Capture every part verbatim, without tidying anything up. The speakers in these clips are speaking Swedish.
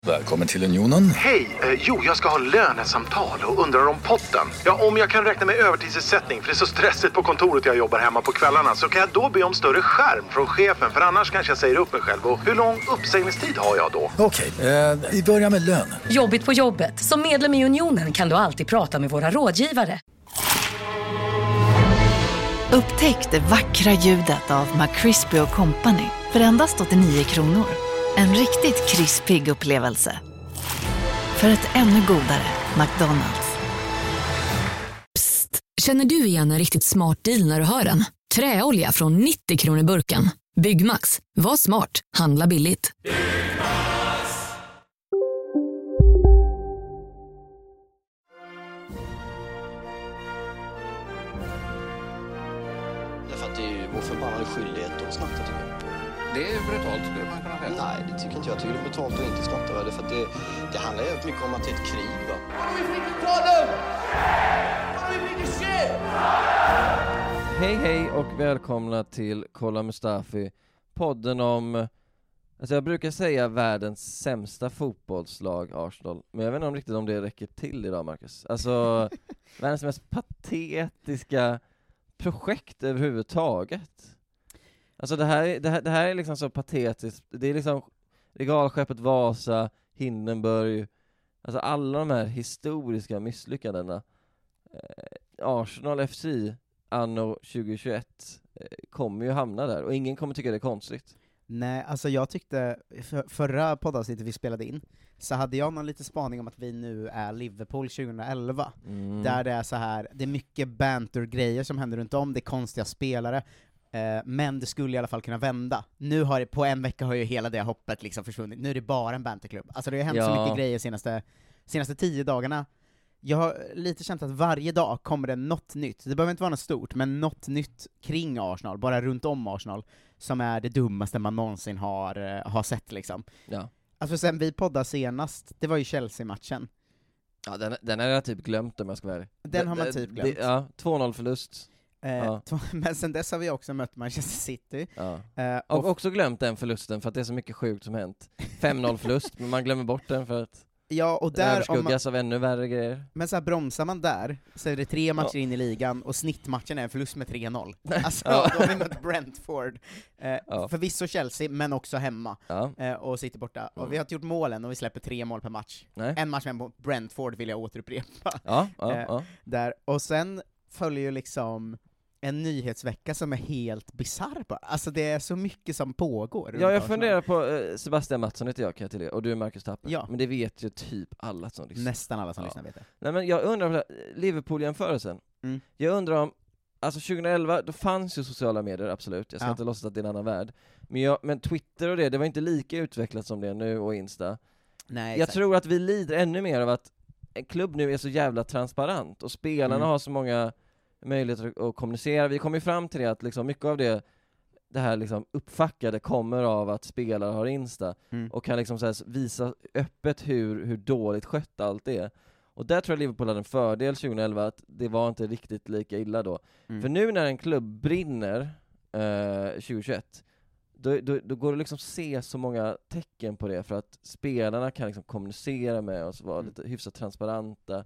Välkommen till Unionen. Hej, eh, jo jag ska ha lönesamtal och undrar om potten. Ja, om jag kan räkna med övertidsersättning för det är så stressigt på kontoret jag jobbar hemma på kvällarna, så kan jag då be om större skärm från chefen, för annars kanske jag säger upp mig själv. Och hur lång uppsägningstid har jag då? Okej, eh, vi börjar med lön. Jobbigt på jobbet. Som medlem i Unionen kan du alltid prata med våra rådgivare. Upptäck det vackra ljudet av McCrispy och Company för endast åttionio kronor. En riktigt krispig upplevelse. För ett ännu godare McDonald's. Psst, känner du igen en riktigt smart deal när du hör den? Träolja från nittio kronor burken. Byggmax, var smart, handla billigt. Därför att det är ju vår förbannade skyldighet att snatta, tycker jag. Det är brutalt, skulle man kunna säga. Nej, det tycker inte jag. Jag tycker det är brutalt att inte snatta. Va? För att det, det handlar ju mycket om att det är ett krig. Va? Hej hej och välkomna till Kolla Mustafi, podden om, alltså jag brukar säga världens sämsta fotbollslag, Arsenal. Men jag vet inte om riktigt om det räcker till idag, Marcus. Alltså världens mest patetiska projekt överhuvudtaget. Alltså det här, det här, det här är liksom så patetiskt. Det är liksom regalskeppet Vasa, Hindenburg, alltså alla de här historiska misslyckandena. Eh, Arsenal F C anno tjugohundratjugoett eh, kommer ju hamna där, och ingen kommer tycka det är konstigt. Nej, alltså jag tyckte, för, förra poddavsnittet vi spelade in, så hade jag någon lite spaning om att vi nu är Liverpool tjugohundraelva. Mm. Där det är så här, det är mycket banter-grejer som händer runt om, det är konstiga spelare. Uh, men det skulle i alla fall kunna vända. Nu har det, på en vecka har ju hela det hoppet liksom försvunnit. Nu är det bara en banterklubb. Alltså det har hänt ja. så mycket grejer senaste, senaste tio dagarna. Jag har lite känt att varje dag kommer det något nytt. Det behöver inte vara något stort, men något nytt kring Arsenal, bara runt om Arsenal, som är det dummaste man någonsin har, uh, har sett liksom. Ja. Alltså sen vi poddade senast, det var ju Chelsea-matchen. Ja, den, den har jag typ glömt, om jag ska vara ärlig. Den har man typ glömt. Det, ja, två noll förlust. Eh, ja. Men sen dess har vi också mött Manchester City. Ja. Eh, och, och också glömt den förlusten, för att det är så mycket sjukt som hänt. fem noll förlust, men man glömmer bort den för att ja, och där överskuggas man, av ännu värre grejer. Men så här bromsar man där, så är det tre matcher ja. in i ligan, och snittmatchen är en förlust med tre noll. Alltså, ja. då har vi mött Brentford. Eh, ja. Förvisso Chelsea, men också hemma. Ja. Eh, och City borta. Mm. Och vi har inte gjort målen, och vi släpper tre mål per match. Nej. En match med Brentford vill jag återupprepa. Ja, ja, eh, ja. Där. Och sen följer ju liksom en nyhetsvecka som är helt bizarr bara. Alltså det är så mycket som pågår. Ja, jag funderar på uh, Sebastian Mattsson heter jag, kan jag till det, och du är Marcus Tapper. Ja. Men det vet ju typ alla som lyssnar. Nästan alla som ja. lyssnar vet det. Nej, men jag undrar på Liverpool-jämförelsen. Mm. Jag undrar om, alltså tjugohundraelva, då fanns ju sociala medier, absolut. Jag ska ja. inte låtsas att det är en annan värld. Men, jag, men Twitter och det, det var inte lika utvecklat som det är nu, och Insta. Nej, jag exakt. tror att vi lider ännu mer av att en klubb nu är så jävla transparent, och spelarna mm. har så många möjligheter att kommunicera. Vi kommer ju fram till det att liksom mycket av det det här liksom uppfackade kommer av att spelare har Insta mm. och kan liksom så här visa öppet hur, hur dåligt skött allt är. Och där tror jag Liverpool hade en fördel tjugohundraelva, att det var inte riktigt lika illa då. Mm. För nu när en klubb brinner eh, tjugohundratjugoett, då, då, då går det liksom se så många tecken på det, för att spelarna kan liksom kommunicera med oss, vara mm. lite hyfsat transparenta.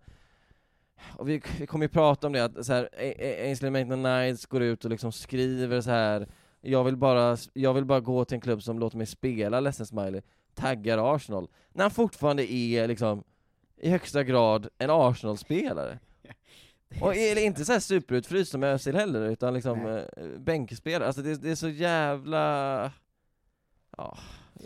Och vi, vi kommer ju prata om det, att så här, Ainsley Maitland-Niles går ut och liksom skriver så här: jag vill bara jag vill bara gå till en klubb som låter mig spela, ledsen smiley, taggar Arsenal, när han fortfarande är liksom i högsta grad en Arsenal-spelare. Och är inte så här superutfryst som Özil heller, utan liksom äh, bänkspelare. Alltså det, det är så jävla ja.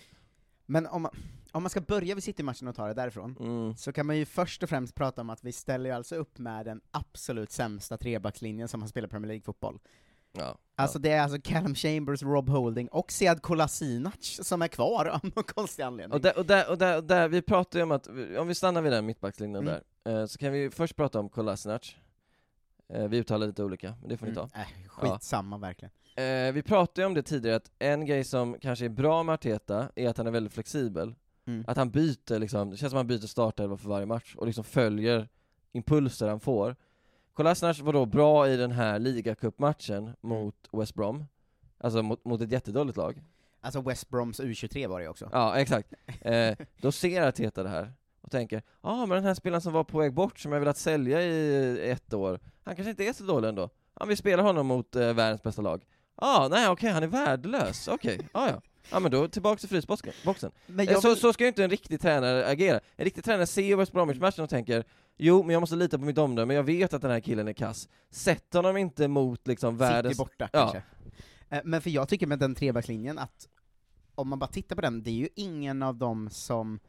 Men om man Om man ska börja vid City-matchen och ta det därifrån, mm. så kan man ju först och främst prata om att vi ställer ju alltså upp med den absolut sämsta trebackslinjen som har spelat Premier League-fotboll. Ja, alltså ja. det är alltså Callum Chambers, Rob Holding och Sead Kolasinac som är kvar av någon konstig anledning. Och där, och där, och där, och där vi pratar ju om att, om vi stannar vid den mittbackslinjen mm. där, eh, så kan vi först prata om Kolasinac. Eh, vi uttalar lite olika, men det får ni ta. Mm. Äh, skitsamma, ja. verkligen. Eh, vi pratade ju om det tidigare, att en grej som kanske är bra med Arteta är att han är väldigt flexibel. Mm. Att han byter liksom, det känns som att han byter startelva för varje match och liksom följer impulser han får. Kolasinac var då bra i den här ligacupmatchen mot West Brom, alltså mot, mot ett jättedåligt lag. Alltså West Broms U tjugotre var det också. Ja, exakt. Eh, då ser Arteta det här och tänker, ja ah, men den här spelaren som var på väg bort som jag velat sälja i ett år, han kanske inte är så dålig ändå. Ja, vi spelar honom mot eh, världens bästa lag. Ja, ah, nej okej, okay, han är värdelös. Okej, okay. ah, ja. Ja, men då tillbaka till frysboxen. Men jag så, vill... så ska ju inte en riktig tränare agera. En riktig tränare ser West Bromwich-matchen och tänker, jo, men jag måste lita på mitt omdöme, men jag vet att den här killen är kass. Sätt honom inte mot liksom världens... City borta, ja. kanske. Men för jag tycker med den trebackslinjen att om man bara tittar på den, det är ju ingen av dem som...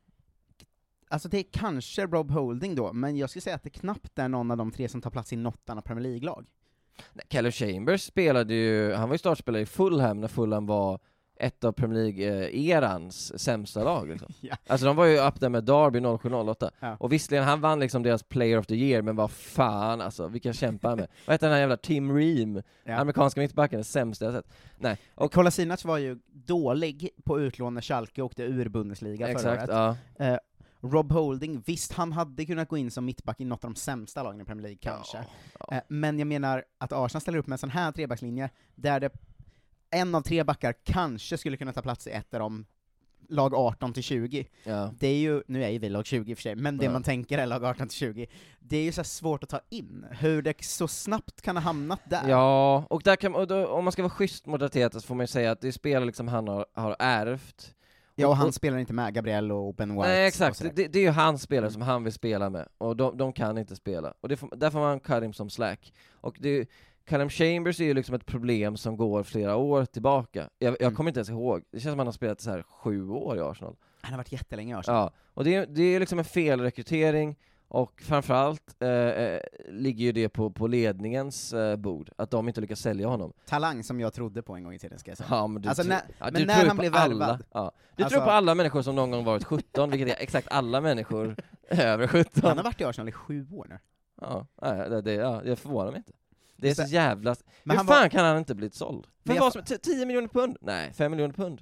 Alltså det är kanske Rob Holding då, men jag skulle säga att det knappt är någon av de tre som tar plats i något annat Premier League-lag. Calum Chambers spelade ju, han var ju startspelare i Fulham när Fulham var ett av Premier League-erans sämsta lag liksom. Ja. Alltså de var ju upp där med Derby noll sju noll åtta. Ja. Och visserligen, han vann liksom deras Player of the Year, men vad fan alltså, vilka kämpar med. Vad heter den här jävla Tim Ream? Ja. Amerikanska mittbacken, det sämsta jag sett. Nej. Och Kolasinac var ju dålig på utlån när Schalke åkte ur Bundesliga exakt, förra året. Ja. Eh, Rob Holding, visst han hade kunnat gå in som mittback i något av de sämsta lagen i Premier League kanske. Ja, ja. Eh, men jag menar att Arsenal ställer upp med en sån här trebackslinje där det en av tre backar kanske skulle kunna ta plats i ett av de lag arton till tjugo. Ja. Det är ju, nu är ju vi lag tjugo i och för sig, men det ja. man tänker är lag arton till tjugo. Det är ju så svårt att ta in, hur det så snabbt kan ha hamnat där. Ja, och, där kan, och då, om man ska vara schysst mot Arteta så får man ju säga att det spelar liksom han har, har ärvt. Ja, och han och, spelar inte med Gabriel och Ben White. Nej, exakt. Det, det är ju hans spelare som han vill spela med, och de, de kan inte spela. Och det får, där får man Karim som slack. Och det, Calum Chambers är ju liksom ett problem som går flera år tillbaka. Jag, jag kommer inte ens ihåg. Det känns som att han har spelat så här sju år i Arsenal. Han har varit jättelänge i Arsenal. Ja, och det, det är liksom en felrekrytering. Och framförallt eh, ligger ju det på, på ledningens eh, bord, att de inte lyckas sälja honom. Talang som jag trodde på en gång i tiden, ska jag säga. Ja, men du, alltså, tro, när, ja, men du när tror han blev värvad. Ja. Du alltså, tror på alla människor som någon gång varit sjutton, vilket är exakt alla människor över sjutton. Han har varit i Arsenal i sju år nu. Ja, det, det, ja, det förvånar mig inte. Det är så, så jävla... Men hur han fan var... kan han inte blivit såld? För jag... vad som, tio miljoner pund? Nej, fem miljoner pund.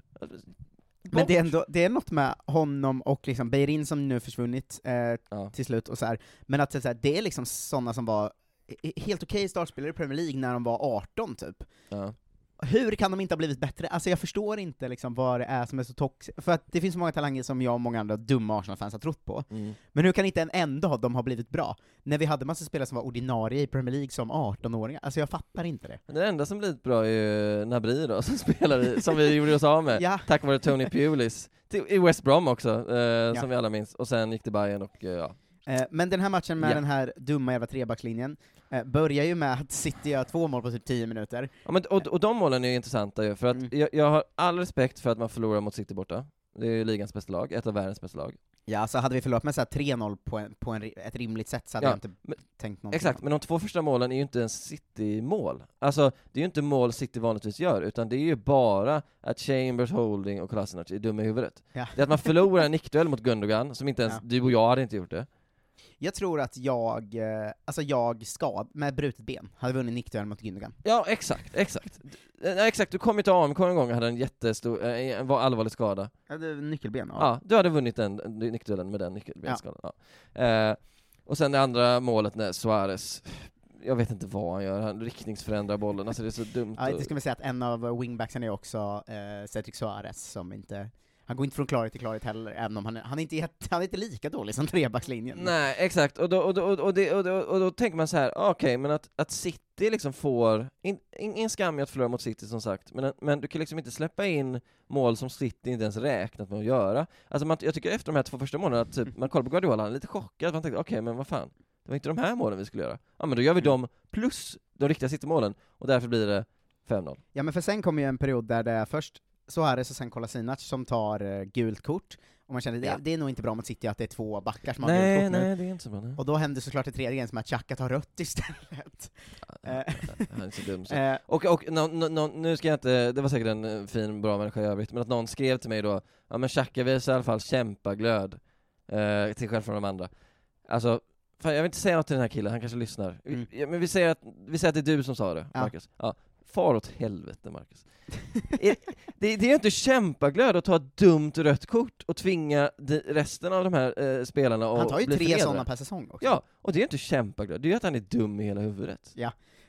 Men det är, ändå, det är något med honom och liksom Beirin som nu försvunnit eh, ja. till slut och så här. Men att så här, det är liksom sådana som var helt okej okay startspelare i Premier League när de var arton typ. Ja. Hur kan de inte ha blivit bättre? Alltså jag förstår inte liksom vad det är som är så toxiskt. För att det finns så många talanger som jag och många andra dumma Arsenal-fans har trott på. Mm. Men hur kan inte en enda av dem ha blivit bra? När vi hade massa spelare som var ordinarie i Premier League som arton-åringar. Alltså jag fattar inte det. Det enda som blivit bra är ju Nabri då, som spelar i, som vi gjorde oss av med. Ja. Tack vare Tony Pulis. I West Brom också, eh, ja. som vi alla minns. Och sen gick det Bayern och eh, ja. Eh, men den här matchen med ja. den här dumma jävla trebackslinjen eh, börjar ju med att City gör två mål på typ tio minuter. Ja, men, och, och de målen är ju intressanta ju, för att mm. jag, jag har all respekt för att man förlorar mot City borta. Det är ju ligans bästa lag, ett av världens bästa lag. Ja, så hade vi förlorat med så här tre noll på, en, på en, ett rimligt sätt så hade ja, jag inte men, tänkt någonting. Exakt, om. men de två första målen är ju inte en City-mål. Alltså, det är ju inte mål City vanligtvis gör, utan det är ju bara att Chambers, Holding och Kolasinac är dumma i huvudet. Ja. Det är att man förlorar en nickduell mot Gundogan, som inte ens ja. du och jag hade inte gjort det. Jag tror att jag, alltså jag skad, med brutet ben, hade vunnit nickduell mot Gundogan. Ja, exakt, exakt. Nej, exakt, du kom ju till A M K en gång och hade en jättestor, en allvarlig skada. Ja, det nyckelben. Ja. ja, du hade vunnit den nickduellen med den nyckelbenskadan. Ja. Ja. Eh, och sen det andra målet när Suarez, jag vet inte vad han gör, han riktningsförändrar bollen, alltså det är så dumt. Ja, det ska man säga att en av wingbacksen är också eh, Cedric Suarez, som inte... Han går inte från klarhet till klarhet heller, även om han, han, är, inte, han är inte lika dålig som trebackslinjen. Nej, exakt. Och då, och då, och det, och då, och då tänker man så här, okej, okay, men att, att City liksom får, in, in, in skam i att förlora mot City som sagt, men, men du kan liksom inte släppa in mål som City inte ens räknat med att göra. Alltså man, jag tycker efter de här två första månaderna, typ, man kollar på Guardiola, han är lite chockad, man tänkte, okej, okay, men vad fan, det var inte de här målen vi skulle göra. Ja, men då gör vi dem plus de riktiga City-målen, och därför blir det fem noll. Ja, men för sen kommer ju en period där det är först Suarez och sen Kolasinac som tar uh, gult kort, och man känner, det, ja. det är nog inte bra mot City att det är två backar som nej, har gult kort nej, nu. det är inte så bra. Nej. Och då händer såklart det tredje grejen som att Xhaka tar rött istället. Ja, han är så dum så. Uh, och och no, no, no, nu ska jag inte, det var säkert en fin, bra människa i övrigt, men att någon skrev till mig då, ja men Xhaka visar i alla fall kämpaglöd, uh, till själv från de andra. Alltså, fan, jag vill inte säga något till den här killen, han kanske lyssnar. Mm. Vi, men vi säger, att, vi säger att det är du som sa det, Marcus. Ja. Ja. Far åt helvete, Marcus. det, det, det är inte kämpaglöd att ta ett dumt rött kort och tvinga de, resten av de här eh, spelarna att han tar ju bli tre förnedrade. sådana per säsong också. Ja, och det är inte kämpaglöd, det är ju att han är dum i hela huvudet. Ja,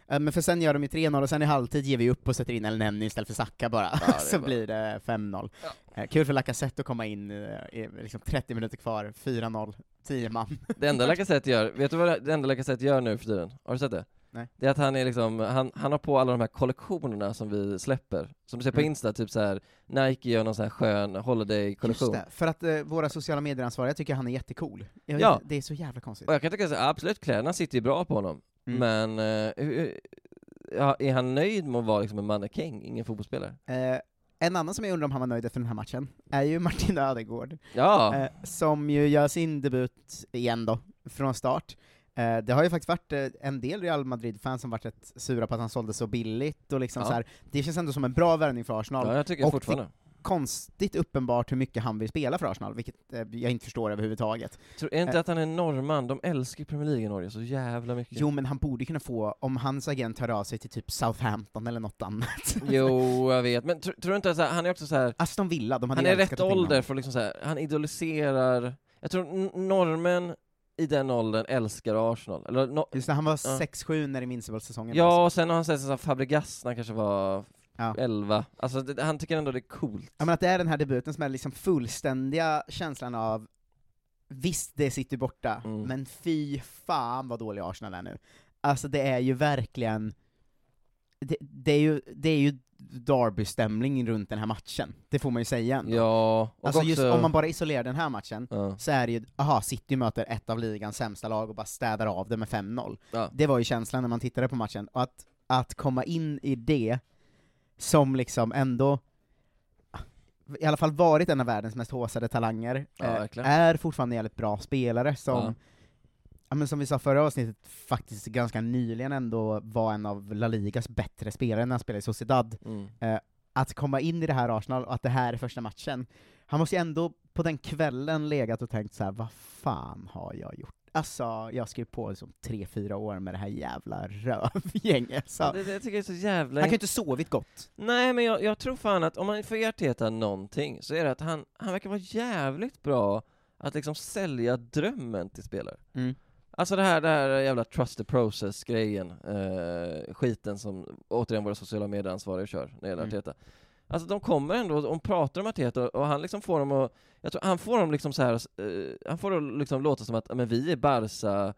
Uh, men för sen gör de ju tre noll, och sen i halvtid ger vi upp och sätter in El Neni istället för Saka bara. Ja, så bra. Blir det fem noll. Ja. Uh, kul för Lacazette att komma in uh, i liksom trettio minuter kvar, fyra noll, tio man. Det enda Lacazette gör, vet du vad det enda Lacazette gör nu för tiden? Har du sett det? Nej. Det är att han är liksom, han, han har på alla de här kollektionerna som vi släpper. Som du ser på Mm. Insta, typ så här Nike gör någon sån här skön holiday-kollektion. Just det, för att uh, våra sociala medieransvariga tycker han är jättecool. Jag vet, Ja. Det är så jävla konstigt. Och jag kan tycka så här, absolut, kläderna sitter ju bra på honom. Mm. Men uh, ja, är han nöjd med att vara liksom en mannekäng, ingen fotbollsspelare? Uh, en annan som jag undrar om han var nöjd efter den här matchen är ju Martin Ödegaard. Ja. Uh, som ju gör sin debut igen då, från start. Uh, det har ju faktiskt varit uh, en del Real Madrid-fans som varit rätt sura på att han sålde så billigt, och liksom Ja. så här, det känns ändå som en bra värvning för Arsenal. Ja, jag tycker och fortfarande. det är konstigt uppenbart hur mycket han vill spela för Arsenal, vilket uh, jag inte förstår överhuvudtaget. Tror är inte Uh, att han är norrman? De älskar Premier League i Norge så jävla mycket. Jo, men han borde kunna få, om hans agent hör av sig till typ Southampton eller något annat. Jo, jag vet. Men tr- tror du inte att så här, han är också så här. Aston Villa, de hade Han är älskat rätt att ta in ålder honom. för liksom så här, han idoliserar. Jag tror n- normen i den åldern älskar Arsenal. Eller no- Just det, han var Ja. sex sju när Invincible-säsongen. Ja, och sen har han sett så här Fabregas när han kanske var Ja. elva. Alltså det, han tycker ändå det är coolt. Ja, men att det är den här debuten som är liksom fullständiga känslan av visst, det sitter borta, Mm. men fy fan vad dålig Arsenal är nu. Alltså det är ju verkligen det, det är ju det är ju derby-stämning runt den här matchen. Det får man ju säga ändå. Ja, och alltså också, just om man bara isolerar den här matchen, ja. så är det ju, aha, City möter ett av ligans sämsta lag och bara städar av det med fem noll. Ja. Det var ju känslan när man tittade på matchen, och att, att komma in i det som liksom ändå i alla fall varit en av världens mest håsade talanger, Ja, eh, verkligen. är fortfarande en jävligt bra spelare som, Ja. ja, men som vi sa förra avsnittet, faktiskt ganska nyligen ändå var en av La Ligas bättre spelare när han spelade i Sociedad. Mm. Eh, att komma in i det här Arsenal, och att det här är första matchen, han måste ju ändå på den kvällen legat och tänkt så här: vad fan har jag gjort? Alltså, jag skrev på liksom tre, fyra år med det här jävla rövgänget. Så. Ja, det, det jag tycker jag är så jävla... Han kan ju inte sovit gott. Nej, men jag, jag tror fan att om man får ge Arteta någonting så är det att han, han verkar vara jävligt bra att liksom sälja drömmen till spelare. Mm. Alltså det här, det här jävla trust the process-grejen, eh, skiten som återigen våra sociala medieansvariga kör när det gäller Mm. Arteta. Alltså de kommer ändå och pratar om Arteta, och han liksom får dem att, jag tror han får dem liksom så här, eh, han får dem liksom låta som att men vi är Barca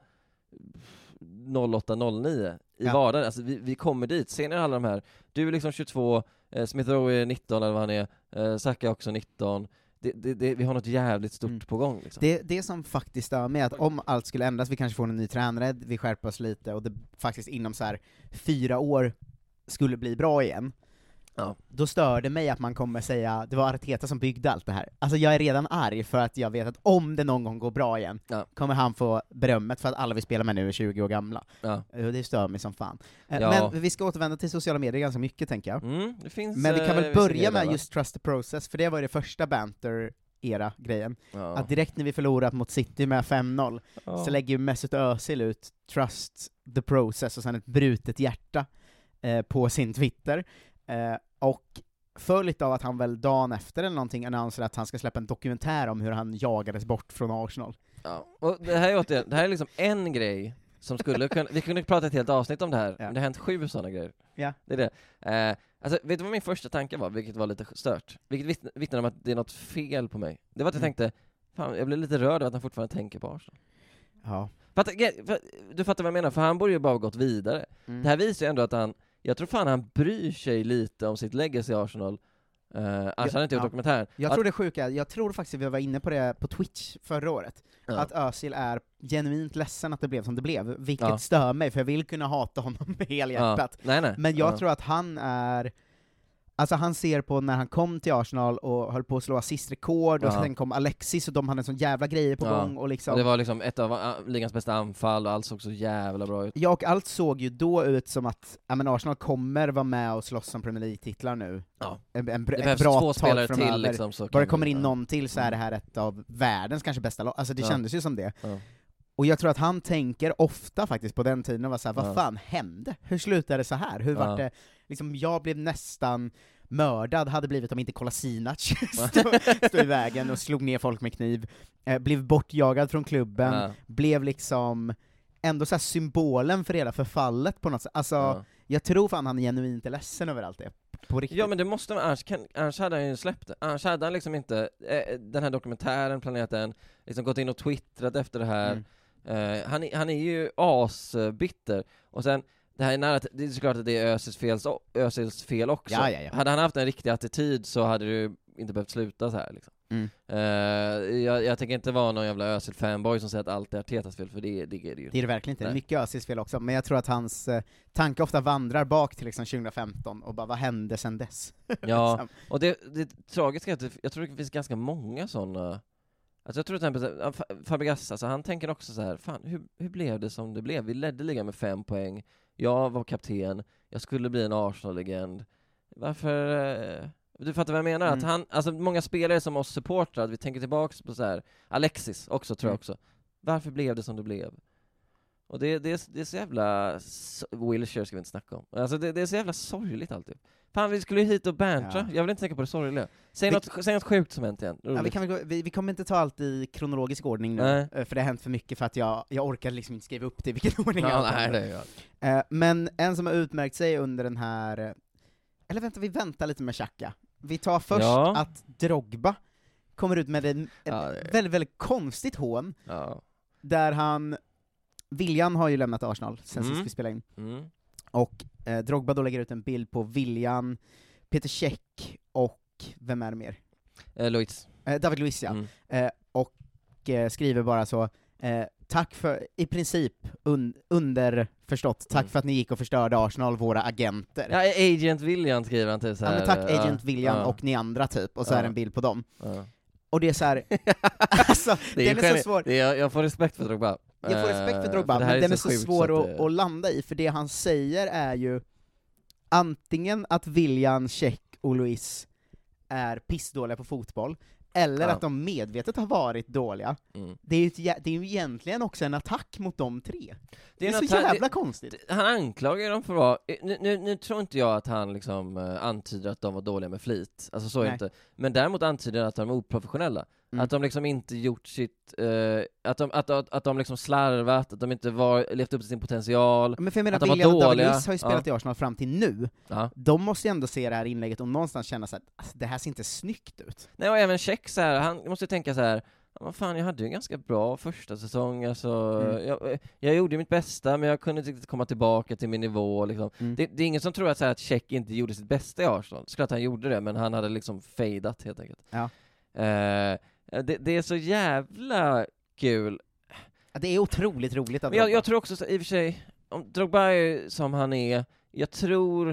noll åtta noll nio i Ja. vardagen, alltså vi, vi kommer dit, ser ni alla de här, du är liksom tjugotvå, eh, Smith Rowe är nitton eller vad han är, eh, Saka är också nitton, det, det, det, vi har något jävligt stort Mm. på gång liksom. Det, det som faktiskt stör mig är att om allt skulle ändras, vi kanske får en ny tränare, vi skärper oss lite, och det faktiskt inom så här fyra år skulle bli bra igen, Ja. då stör det mig att man kommer säga det var Arteta som byggde allt det här. Alltså jag är redan arg för att jag vet att om det någon gång går bra igen, Ja. kommer han få berömmet för att alla vi spelar med nu är tjugo år gamla. Ja. Och det stör mig som fan. Eh, Ja. Men vi ska återvända till sociala medier ganska mycket, tänker jag. Mm, det finns, Men vi kan eh, väl vissa börja grejer med där, va? just trust the process, för det var det första banter-era-grejen. Ja. Att direkt när vi förlorat mot City med fem noll, Ja. så lägger ju Mesut Özil ut trust the process och sen ett brutet hjärta eh, på sin Twitter. Eh, och följt av att han väl dagen efter eller någonting annonserade att han ska släppa en dokumentär om hur han jagades bort från Arsenal. Ja. Och det här är återigen, det här är liksom en grej som skulle kunna, vi kunde prata ett helt avsnitt om det här, Ja. men det har hänt sju sådana grejer. Ja. Det är det. Eh, alltså, vet du vad min första tanke var, vilket var lite stört? Vilket vittn- vittnar om att det är något fel på mig. Det var att jag Mm. tänkte, fan, jag blev lite rörd av att han fortfarande tänker på Arsenal. Ja. För att, för, du fattar vad jag menar, för han borde ju bara ha gått vidare. Mm. Det här visar ju ändå att han, jag tror fan han bryr sig lite om sitt legacy i Arsenal. Uh, annars Ja, hade han inte gjort ja. dokumentären. Jag Att- tror det sjuka, jag tror faktiskt att vi var inne på det på Twitch förra året, Ja. att Özil är genuint ledsen att det blev som det blev, vilket Ja. stör mig, för jag vill kunna hata honom med helhjärtat. Ja. Nej, nej. Men jag Ja. tror att han är, alltså han ser på när han kom till Arsenal och höll på att slå assistrekord, och Ja. sen kom Alexis och de hade en sån jävla grejer på Ja. gång, och liksom Och det var liksom ett av uh, ligans bästa anfall, och allt såg så jävla bra ut. Ja, och allt såg ju då ut som att ja, men Arsenal kommer vara med och slåss om Premier League-titlar nu. Ja. En, en, Det ett behövs bra två tag spelare framöver. till liksom, så Bara kan det kommer vi- in ja. någon till så är Mm. det här ett av världens kanske bästa lag. Alltså det Ja. kändes ju som det. Ja. Och jag tror att han tänker ofta faktiskt på den tiden och var såhär, vad Ja. fan hände? Hur slutade det så här? Hur Ja. vart det? Liksom, jag blev nästan mördad, hade blivit om inte Kolasinac stod, stod i vägen och slog ner folk med kniv, eh, blev bortjagad från klubben, Ja. blev liksom ändå så här symbolen för hela förfallet på något sätt. Alltså, Ja. jag tror fan han är genuint är ledsen över allt det. På riktigt. Ja men det måste man, annars, kan, annars hade han ju släppt det. Annars hade han liksom inte, eh, den här dokumentären, planerat den, liksom gått in och twittrat efter det här. Mm. Eh, han, är- han är ju asbitter. Och sen, det här är nära, det är såklart att det är Özils fel, Özils fel också. Ja, ja, ja. Hade han haft en riktig attityd så hade det inte behövt sluta så här liksom. Mm. Eh, jag, jag tänker inte vara någon jävla Özil-fanboy som säger att allt är Artetas fel, för det, det är det ju. Det är det verkligen inte. Det är Nej. mycket Özils fel också, men jag tror att hans eh, tanke ofta vandrar bak till liksom tjugohundrafemton och bara, vad hände sen dess? Ja, Liksom. och det, det tragiska är att det, jag tror det finns ganska många sådana. Alltså jag tror till exempel att Fa- Fabregas, alltså han tänker också så här, fan hur, hur blev det som det blev? Vi ledde ligan med fem poäng, jag var kapten, jag skulle bli en Arsenal-legend. Varför... eh, Du fattar vad jag menar? Mm. Att han, alltså många spelare som oss supportrar, att vi tänker tillbaks på så här. Alexis också tror jag Mm. också. Varför blev det som det blev? Och det, det, är, det är så jävla... Wilshire ska vi inte snacka om. Alltså det, det är så jävla sorgligt alltid. Fan, vi skulle ju hit och bantra. Ja. Jag vill inte tänka på det sorgliga. Säg, Vi- något, säg något sjukt som hänt igen. Ja, vi, kan väl gå, vi, vi kommer inte ta allt i kronologisk ordning nu, Nej. eh, för det har hänt för mycket för att jag, jag orkar liksom inte skriva upp det i vilken ordning Ja, jag nej, tar. det är jag. Eh, Men en som har utmärkt sig under den här... eh, Eller vänta, vi väntar lite med Xhaka. Vi tar först Ja. att Drogba kommer ut med en, en Ja, det- väldigt, väldigt konstigt hån, Ja. där han... Willian har ju lämnat Arsenal sen Mm. sist vi spelade in, Mm. och eh, Drogba då lägger ut en bild på Willian, Peter Cech och vem är det mer? Eh, Luiz. Eh, David Luiz, ja. Mm. Eh, och eh, skriver bara så, eh, tack för, i princip un, underförstått, tack Mm. för att ni gick och förstörde Arsenal, våra agenter. Ja, Agent William skriver han till så Ja, här. men tack ja, Agent William ja, och ni andra typ, och så Ja. är det en bild på dem. ja. Och det är så här, alltså, Det är den är så geni- svår. Det är, jag får respekt för Drogba. Jag får respekt för Eh, Drogba, det här men den är så sjukt svår så att, det- att landa i, för det han säger är ju antingen att William, Cech och Luis är pissdåliga på fotboll, eller Ja. att de medvetet har varit dåliga. Mm. Det är, ju ett, jä- det är ju egentligen också en attack mot de tre. Det är, något så här- jävla det- konstigt. det- Han anklagar dem för att vara, nu, nu, nu tror inte jag att han liksom uh, antyder att de var dåliga med flit, alltså så är det Nej. inte, men däremot antyder han att de är oprofessionella. Mm. Att de liksom inte gjort sitt, uh, att, de, att, att, att de liksom slarvat, att de inte var, levt upp till sin potential. Men för jag menar, att de var William och David dåliga. Luiz har ju spelat Ja. i Arsenal fram till nu. Ja. De måste ju ändå se det här inlägget och någonstans känna så att alltså, det här ser inte snyggt ut. Nej, och även Cech så här, han måste tänka så här. Ja, vad fan, jag hade ju en ganska bra första säsong, alltså, Mm. jag, jag gjorde mitt bästa, men jag kunde inte riktigt komma tillbaka till min nivå liksom. Mm. det, det är ingen som tror att, så här, att Cech inte gjorde sitt bästa i Arsenal. Såklart han gjorde det, men han hade liksom fadat helt enkelt. Ja. Eh, det, det är så jävla kul. Ja, det är otroligt roligt att Men jag, Drogba. jag tror också, så, i och för sig, om Drogba är som han är, jag tror,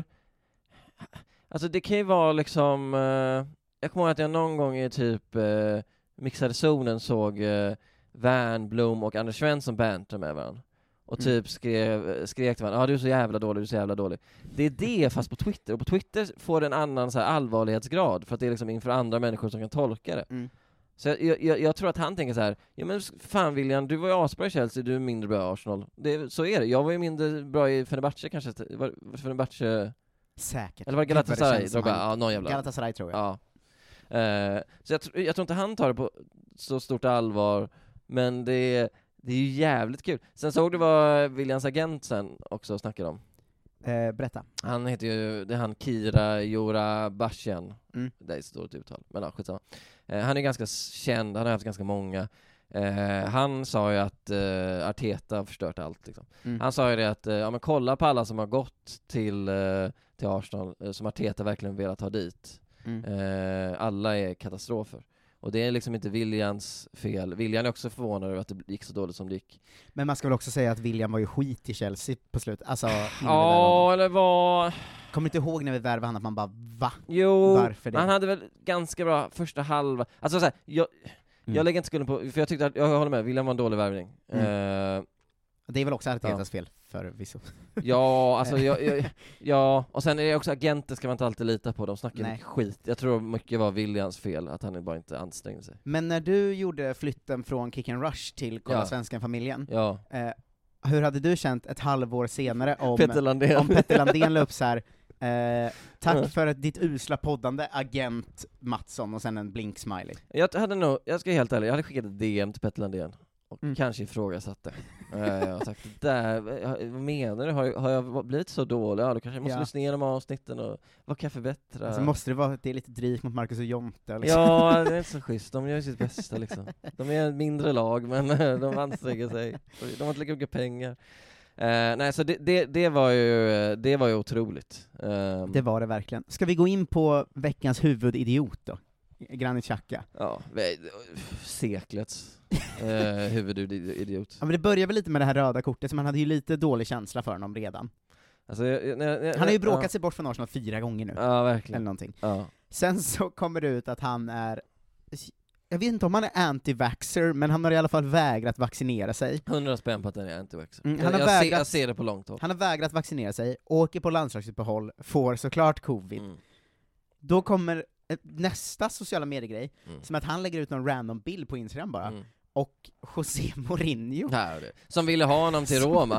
alltså det kan ju vara liksom, eh, jag kommer ihåg att jag någon gång i typ eh, mixade zonen såg eh, Van Blom och Anders Svensson bantra med varandra. Och Mm. typ skrev, skrek till varandra, ja ah, du är så jävla dålig, du är så jävla dålig. Det är det fast på Twitter, och på Twitter får det en annan så här allvarlighetsgrad, för att det är liksom inför andra människor som kan tolka det. Mm. Så jag, jag, jag tror att han tänker så här, ja men fan William, du var ju asbra i Chelsea, du är mindre bra i Arsenal. Det, så är det, jag var ju mindre bra i Fenerbahce kanske, var, Fenerbahce, Säkert. eller var det Gud, vad Galatasaray? känns som Drogba? han- Ja, någon jävla. Galatasaray tror jag. Ja. Eh, så jag, tr- jag tror inte han tar det på så stort allvar, men det, det är ju jävligt kul. Sen såg du vad Williams agent sen också snackade om? Eh, berätta. Han heter ju, det är han Kira Jorabashian. Mm. Det är ett stort uttal, men ja, skitsamma. Eh, han är ganska s- känd, han har haft ganska många. Eh, han sa ju att eh, Arteta har förstört allt liksom. Mm. Han sa ju det att, eh, ja men kolla på alla som har gått till, eh, till Arsenal, eh, som Arteta verkligen velat ha dit. Mm. Eh, alla är katastrofer. Och det är liksom inte Williams fel. William är också förvånad över att det gick så dåligt som det gick. Men man ska väl också säga att William var ju skit i Chelsea på slutet. Alltså, innan vi värvade Ja, honom. eller vad... Kommer du inte ihåg när vi värvade honom att man bara va? Jo, Varför det? han hade väl ganska bra första halva. Alltså så här, jag, Mm. jag lägger inte skulden på, för jag tyckte att, jag håller med, William var en dålig värvning. Mm. Eh, Det är väl också Artetas Ja. fel förvisso. ja, alltså jag, jag, ja, och sen är det också agenter ska man inte alltid lita på, de snackar Nej. mycket skit. Jag tror mycket var Williams fel, att han bara inte ansträngde sig. Men när du gjorde flytten från Kick and Rush till Kolla Ja. Svensken-familjen, Ja. eh, hur hade du känt ett halvår senare om Petter Landén. om Petter Landén la upp så här, eh, tack Mm. för ditt usla poddande, agent Mattsson, och sen en blink-smiley. Jag hade nog, jag ska vara helt ärlig, jag hade skickat ett D M till Petter Landén och Mm. kanske ifrågasatte. uh, jag har sagt, där, vad menar du? Har, jag- har jag blivit så dålig? Ja, då kanske jag måste Ja. lyssna igenom avsnitten och vad kan jag förbättra? Alltså måste det vara att det är lite drygt mot Marcus och Jonte liksom. Ja, det är inte så schysst. De gör sitt bästa liksom. De är ett mindre lag, men eh, de anstränger sig. De har inte lika mycket pengar. Uh, nej, så det, det, det var ju det var ju otroligt. Um, Det var det verkligen. Ska vi gå in på veckans huvudidiot då? Granit Xhaka. Ja, vi- seklets uh, huvudidiot. Ja, men det börjar väl lite med det här röda kortet, så man hade ju lite dålig känsla för honom redan. Alltså, jag, jag, jag, Han har ju bråkat ja. sig bort från Arsenal fyra gånger nu. Ja, verkligen. Eller någonting. Ja. Sen så kommer det ut att han är, jag vet inte om han är anti-vaxxer, men han har i alla fall vägrat vaccinera sig. Hundra spänn på att den är anti-vaxxer. Mm, han har jag, jag, ser, vägrat- jag ser det på långt håll. Han har vägrat vaccinera sig, åker på landslagsuppehåll, får såklart covid. Mm. Då kommer eh, nästa sociala mediegrej, Mm. som att han lägger ut någon random bild på Instagram bara, Mm. och José Mourinho, Här är det. Som ville ha honom till Roma.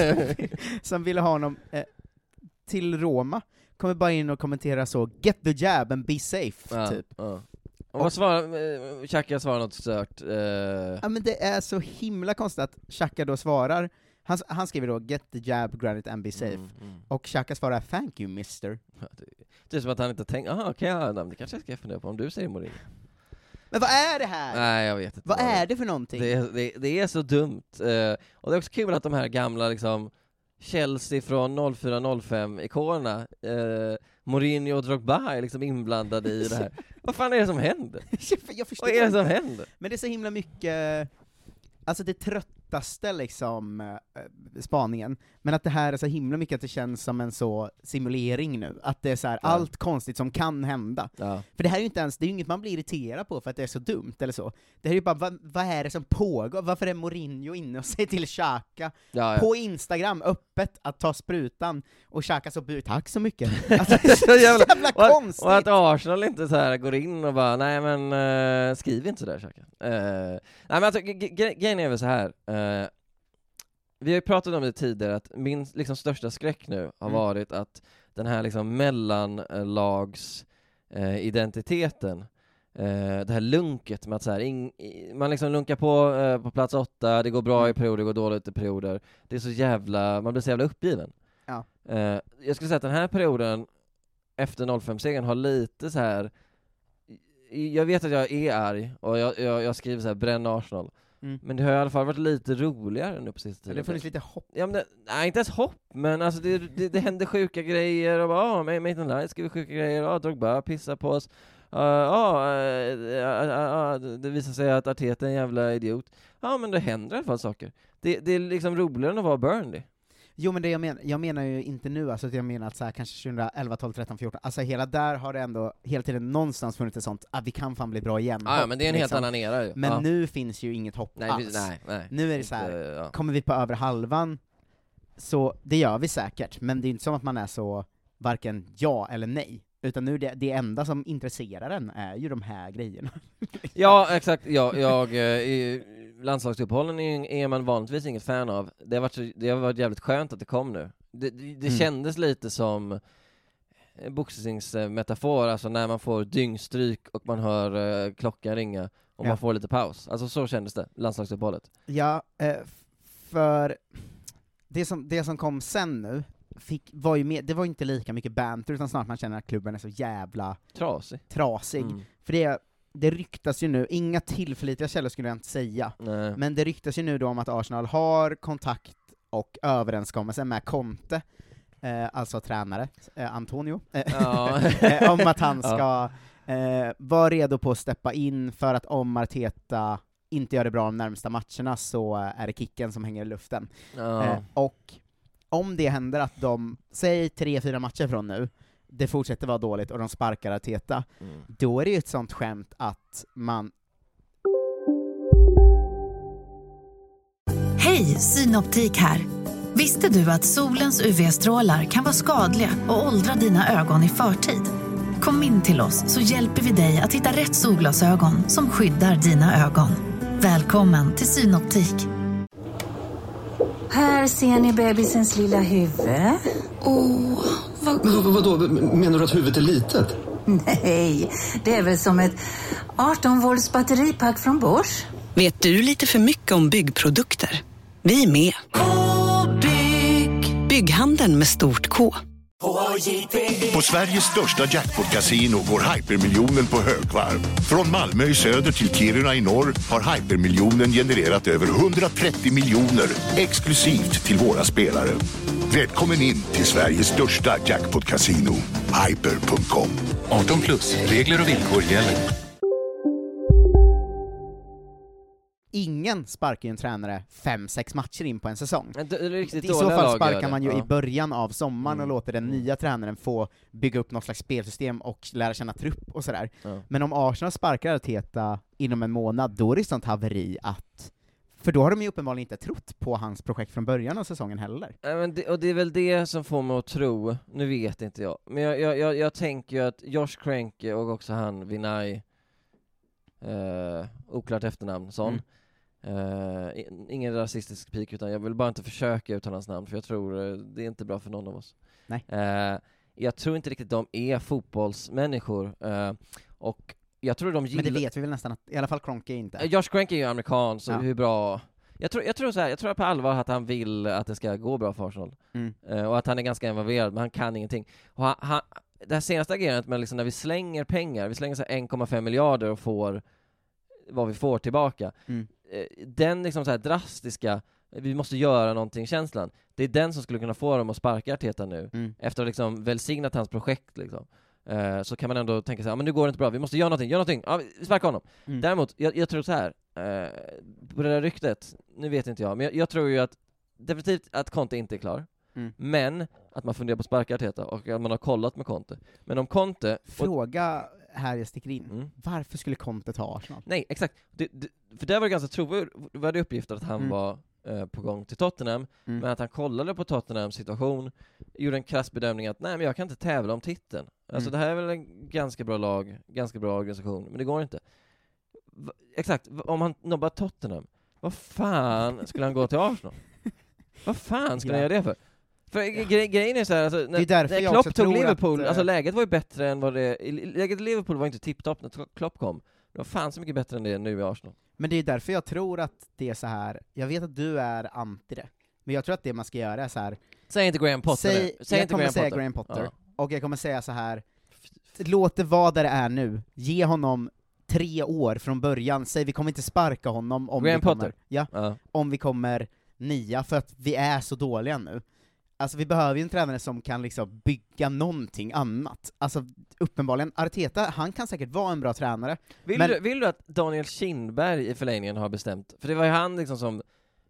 som ville ha honom eh, till Roma, kommer bara in och kommentera så, get the jab and be safe, Ja, typ. ja. Och vad svarar, eh, Xhaka svarar något stört. Eh, Ja, men det är så himla konstigt att Xhaka då svarar, han, han skriver då, get the jab, Granit and be safe, mm, mm. och Xhaka svarar, thank you mister. Ja, det, det är som att han inte tänkt, aha okej, ja, det kanske jag ska fundera på om du säger Mourinho. Men vad är det här? Nej, jag vet inte. Vad är det för någonting? Det är, det, det är så dumt. Eh, och det är också kul att de här gamla liksom Chelsea från noll fyra noll fem-ikonerna, eh, Mourinho och Drogba är liksom inblandade i det här. Vad fan är det som händer? Jag förstår Vad är det inte. som händer? Men det är så himla mycket, alltså det tröttaste liksom eh, spaningen, men att det här är så himla mycket att det känns som en så simulering nu, att det är så här, Ja. allt konstigt som kan hända. Ja. För det här är ju inte ens, det är ju inget man blir irriterad på för att det är så dumt eller så. Det här är ju bara, vad, vad är det som pågår? Varför är Mourinho inne och säger till Xhaka Ja, ja. på Instagram öppet att ta sprutan, och Xhaka så blir tack så mycket. Alltså, det är så Så jävla- jävla och, att, konstigt! och att Arsenal inte så här går in och bara, nej men uh, skriv inte där Xhaka. Uh, nej men alltså, g- g- grejen är väl så här. Uh, vi har ju pratat om det tidigare, att min liksom största skräck nu har Mm. varit att den här liksom mellanlags uh, identiteten, uh, det här lunket med att så här, ing, i, man liksom lunkar på uh, på plats åtta, det går bra i perioder, det går dåligt i perioder. Det är så jävla, man blir så jävla uppgiven. Ja. Uh, jag skulle säga att den här perioden efter noll fem-segern har lite så här. Jag vet att jag är arg och jag, jag, jag skriver så här, bränn Arsenal. Mm. Men det har i alla fall varit lite roligare nu på sista Det har tiden. funnits lite hopp. Ja, men det, nej, inte ens hopp, men alltså det, det, det händer sjuka grejer och bara, ja, oh, Maitland Niles skriver sjuka grejer, ja, oh, Drogba pissar på oss. Ja, uh, uh, uh, uh, uh, det visar sig att Arteta är en jävla idiot. Ja, men det händer i alla fall saker. Det, det är liksom roligare än att vara Burnley. Jo, men det jag, men, jag menar ju inte nu, alltså att jag menar att så här, kanske tjugoelva, tolv, tretton, fjorton, alltså hela där har det ändå hela tiden någonstans funnits ett sånt, att vi kan fan bli bra igen. Ja, ja, men det är en helt liksom. annan era ju. Men ja. nu finns ju inget hopp nej, alls. vi- nej, nej. Nu är det så här, Inte, ja. kommer vi på över halvan, så det gör vi säkert, men det är inte som att man är så, varken ja eller nej. Utan nu det, det enda som intresserar en är ju de här grejerna. Ja, exakt. Ja, jag, eh, i landslagsuppehållen är, är man vanligtvis inget fan av. Det har varit, så, det har varit jävligt skönt att det kom nu. Det, det, det Mm. kändes lite som en boxningsmetafor, alltså när man får dyngstryk och man hör eh, klockan ringa och Ja. man får lite paus. Alltså så kändes det, landslagsuppehållet. Ja, eh, f- för det som, det som kom sen nu, fick, var ju mer, det var ju inte lika mycket banter, utan snart man känner att klubben är så jävla Trasig. trasig. Mm. För det, det ryktas ju nu, inga tillförlitliga källor skulle jag inte säga, Nej. men det ryktas ju nu då om att Arsenal har kontakt och överenskommelse med Conte, eh, alltså tränare, eh, Antonio, eh, Ja. eh, om att han ska eh, vara redo på att steppa in, för att om Arteta inte gör det bra de närmsta matcherna så är det kicken som hänger i luften. Ja. Eh, och om det händer att de, säg tre, fyra matcher från nu, det fortsätter vara dåligt och de sparkar Arteta, Mm. då är det ju ett sånt skämt att man... Hej, Synoptik här. Visste du att solens U V-strålar kan vara skadliga och åldra dina ögon i förtid? Kom in till oss så hjälper vi dig att hitta rätt solglasögon som skyddar dina ögon. Välkommen till Synoptik. Här ser ni bebisens lilla huvud. Åh, vad... Men vadå, menar du att huvudet är litet? Nej, det är väl som ett arton volts batteripack från Bosch. Vet du lite för mycket om byggprodukter? Vi är med. K-bygg. Bygghandeln med stort K. På Sveriges största jackpot-casino går hypermiljonen på högvarv. Från Malmö i söder till Kiruna i norr har hypermiljonen genererat över hundratrettio miljoner exklusivt till våra spelare. Välkommen in till Sveriges största jackpot-casino, hyper punkt com. arton plus, regler och villkor gäller. Ingen sparkar ju en tränare fem, sex matcher in på en säsong. Det är riktigt I så fall sparkar man ju ja. i början av sommaren Mm. och låter den nya tränaren få bygga upp något slags spelsystem och lära känna trupp och sådär. Ja. Men om Arsenal sparkar Arteta inom en månad, då är det sånt haveri att... För då har de ju uppenbarligen inte trott på hans projekt från början av säsongen heller. Ja, men det, och det är väl det som får mig att tro, nu vet inte jag, men jag, jag, jag, jag tänker ju att Josh Kroenke och också han Vinay, eh, oklart efternamn, sån. Mm. Uh, ingen rasistisk pik, utan jag vill bara inte försöka uttala hans namn, för jag tror uh, det är inte bra för någon av oss. Nej. Uh, jag tror inte riktigt de är fotbollsmänniskor, uh, och jag tror de gillar... Men det vet vi väl nästan att, i alla fall Kroenke är inte. Uh, Josh Kroenke är ju amerikan, så Ja. hur bra... Jag tror, jag tror så här, jag tror på allvar att han vill att det ska gå bra för Arsenal. Mm. Uh, och att han är ganska involverad, men han kan ingenting. Och han, han, det här senaste agerandet med liksom när vi slänger pengar, vi slänger så här en komma fem miljarder och får vad vi får tillbaka. Mm. Den liksom så här drastiska, vi måste göra någonting känslan, det är den som skulle kunna få dem att sparka Arteta nu, Mm. efter att liksom välsignat hans projekt liksom. Uh, så kan man ändå tänka sig, ja men nu går det inte bra, vi måste göra någonting, göra någonting, ja, vi sparkar honom. Mm. Däremot, jag, jag tror så här, uh, på det där ryktet, nu vet inte jag, men jag, jag tror ju att definitivt att Conte inte är klar, Mm. men att man funderar på att sparka Arteta och att man har kollat med Conte. Men om Conte... Fråga här jag sticker in, Mm. varför skulle Conte ta Arsenal? Nej, exakt. Det, det, för där var det ganska trovärdig uppgift att han Mm. var eh, på gång till Tottenham, Mm. men att han kollade på Tottenhams situation, gjorde en krass bedömning att nej, men jag kan inte tävla om titeln. Alltså Mm. det här är väl en ganska bra lag, ganska bra organisation, men det går inte. Va, exakt, va, om han nobbar Tottenham, vad fan skulle han gå till Arsenal? Vad fan skulle Ja. han göra det för? För gre- grejen är så här, alltså, när, Det är därför när jag Klopp också tog tror Liverpool, att, eh, alltså läget var ju bättre än vad det... Läget i Liverpool var inte tipptopp när Klopp kom. Det var fan så mycket bättre än det nu i Arsenal. Men det är därför jag tror att det är så här. Jag vet att du är anti det, men jag tror att det man ska göra är så här. Säg inte Graham Potter. Säg, Säg jag inte kommer Graham säga Potter. Graham Potter, Ja. och jag kommer säga så här. Låt det vara där det är nu. Ge honom tre år från början. Säg vi kommer inte sparka honom om Graham vi kommer, Potter? ja, Ja. om vi kommer nia, för att vi är så dåliga nu. Alltså vi behöver ju en tränare som kan liksom bygga någonting annat. Alltså uppenbarligen, Arteta, han kan säkert vara en bra tränare. Vill, men... du, vill du att Daniel Kindberg i förlängningen har bestämt? För det var ju han liksom som...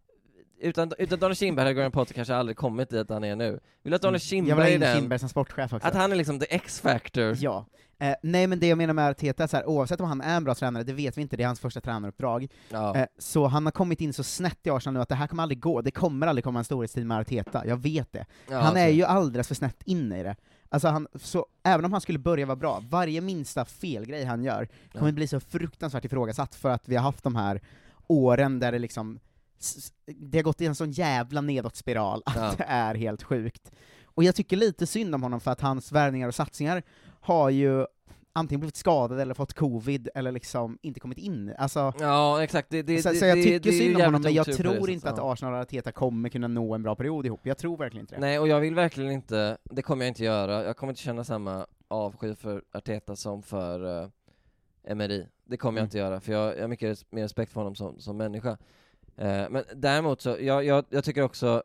Utan, utan Daniel Kindberg hade Graham Potter kanske aldrig kommit dit han är nu. Vill du att Daniel Mm. Jag vill ha Kindberg är in den... Kindberg som sportchef också. Att han är liksom the X-factor. Ja. Eh, nej men det jag menar med Arteta är så här, oavsett om han är en bra tränare, det vet vi inte, det är hans första tränaruppdrag. Ja. Eh, så han har kommit in så snett i Arsenal nu att det här kommer aldrig gå, det kommer aldrig komma en storhetstid med Arteta, jag vet det. Ja, han är så. ju alldeles för snett in i det. Alltså han, så även om han skulle börja vara bra, varje minsta felgrej han gör kommer Ja. bli så fruktansvärt ifrågasatt, för att vi har haft de här åren där det liksom s- det har gått i en sån jävla nedåtspiral att Ja. det är helt sjukt. Och jag tycker lite synd om honom, för att hans värvningar och satsningar har ju antingen blivit skadade eller fått covid, eller liksom inte kommit in. Alltså, Ja, exakt. Det, det, så, det, så jag det, tycker det är ju synd om honom, jävligt men jag otur på det tror sättet, inte att ja. Arsenal och Arteta kommer kunna nå en bra period ihop. Jag tror verkligen inte det. Nej, och jag vill verkligen inte, det kommer jag inte göra, jag kommer inte känna samma avsky för Arteta som för uh, Emery. Det kommer jag Mm. inte göra, för jag, jag har mycket res- mer respekt för honom som, som människa. Uh, men däremot så, jag, jag, jag tycker också,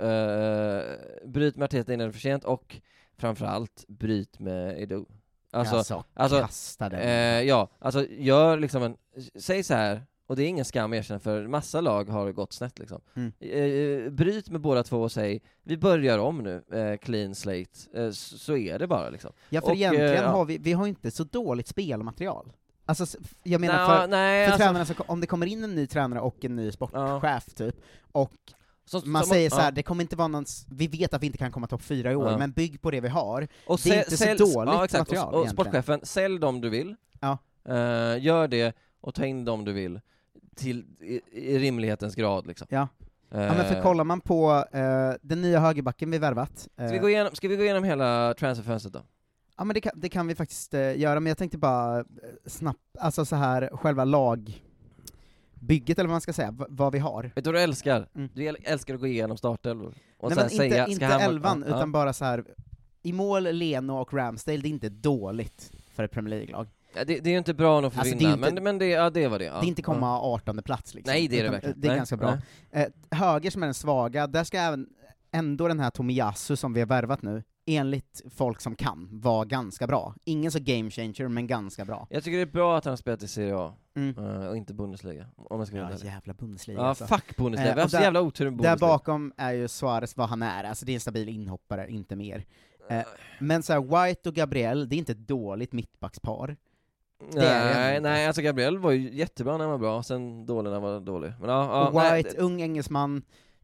uh, bryt med Arteta innan det är för sent, och framförallt bryt med Edu. Alltså, Alltså, alltså kasta den. eh, ja, alltså gör liksom en, säg så här, och det är ingen skam att erkänna, för massa lag har gått snett liksom. Mm. Eh, bryt med båda två och säg, vi börjar om nu, eh, clean slate, eh, så, så är det bara liksom. Ja, för Och, egentligen eh, ja. har vi, vi har inte så dåligt spelmaterial. Alltså, s- f- jag menar, Nå, för, nej, för alltså- tränarna, så, om det kommer in en ny tränare och en ny sportchef typ, och Så- man som- säger så här, ja. det kommer inte vara någon, s- vi vet att vi inte kan komma topp fyra i år, Ja. men bygg på det vi har. Och det är sä- inte sälj- så dåligt ja, exakt. material Och, och egentligen. sportchefen, sälj dem du vill, Ja. eh, gör det, och ta in dem du vill, till, i, i rimlighetens grad liksom. Ja. Eh, Ja, men för kollar man på eh, den nya högerbacken vi värvat. ska, vi gå igenom, ska vi gå igenom hela transferfönstret då? Ja, men det kan, det kan vi faktiskt eh, göra, men jag tänkte bara eh, snabbt, alltså så här själva lag, bygget, eller vad man ska säga, v- vad vi har. Vet du vad du älskar? Mm. Du äl- älskar att gå igenom startelvor. Och Nej, sen men säga, inte, ska inte han vara- elvan, ja, utan ja. bara så här. I mål, Leno och Ramsdale, det är inte dåligt för ett Premier League-lag. Ja, det, det är ju inte bra nog för att Alltså, vinna, det är inte- men, men det, ja, det var det. Ja. Det är inte komma ja. artonde plats liksom. Nej, det är det Utan, verkligen. Det är Nej, ganska bra. Eh, höger som är den svaga, där ska även ändå den här Tomiyasu som vi har värvat nu, enligt folk som kan, vara ganska bra. Ingen så game changer, men ganska bra. Jag tycker det är bra att han har spelat i Serie A, Mm. uh, och inte Bundesliga, om jag ska vara Ja, ärlig. jävla Bundesliga Ja, alltså. fuck Bundesliga, Eh, vi har och så där- jävla otur med Där Bundesliga. bakom är ju Suarez vad han är, alltså det är en stabil inhoppare, inte mer. Eh, men så här, White och Gabriel, det är inte ett dåligt mittbackspar. Det är det Nej, ändå. nej, alltså Gabriel var ju jättebra när han var bra, sen dålig när han var dålig. Men, ja, ja, och nej, White, ung engelsman,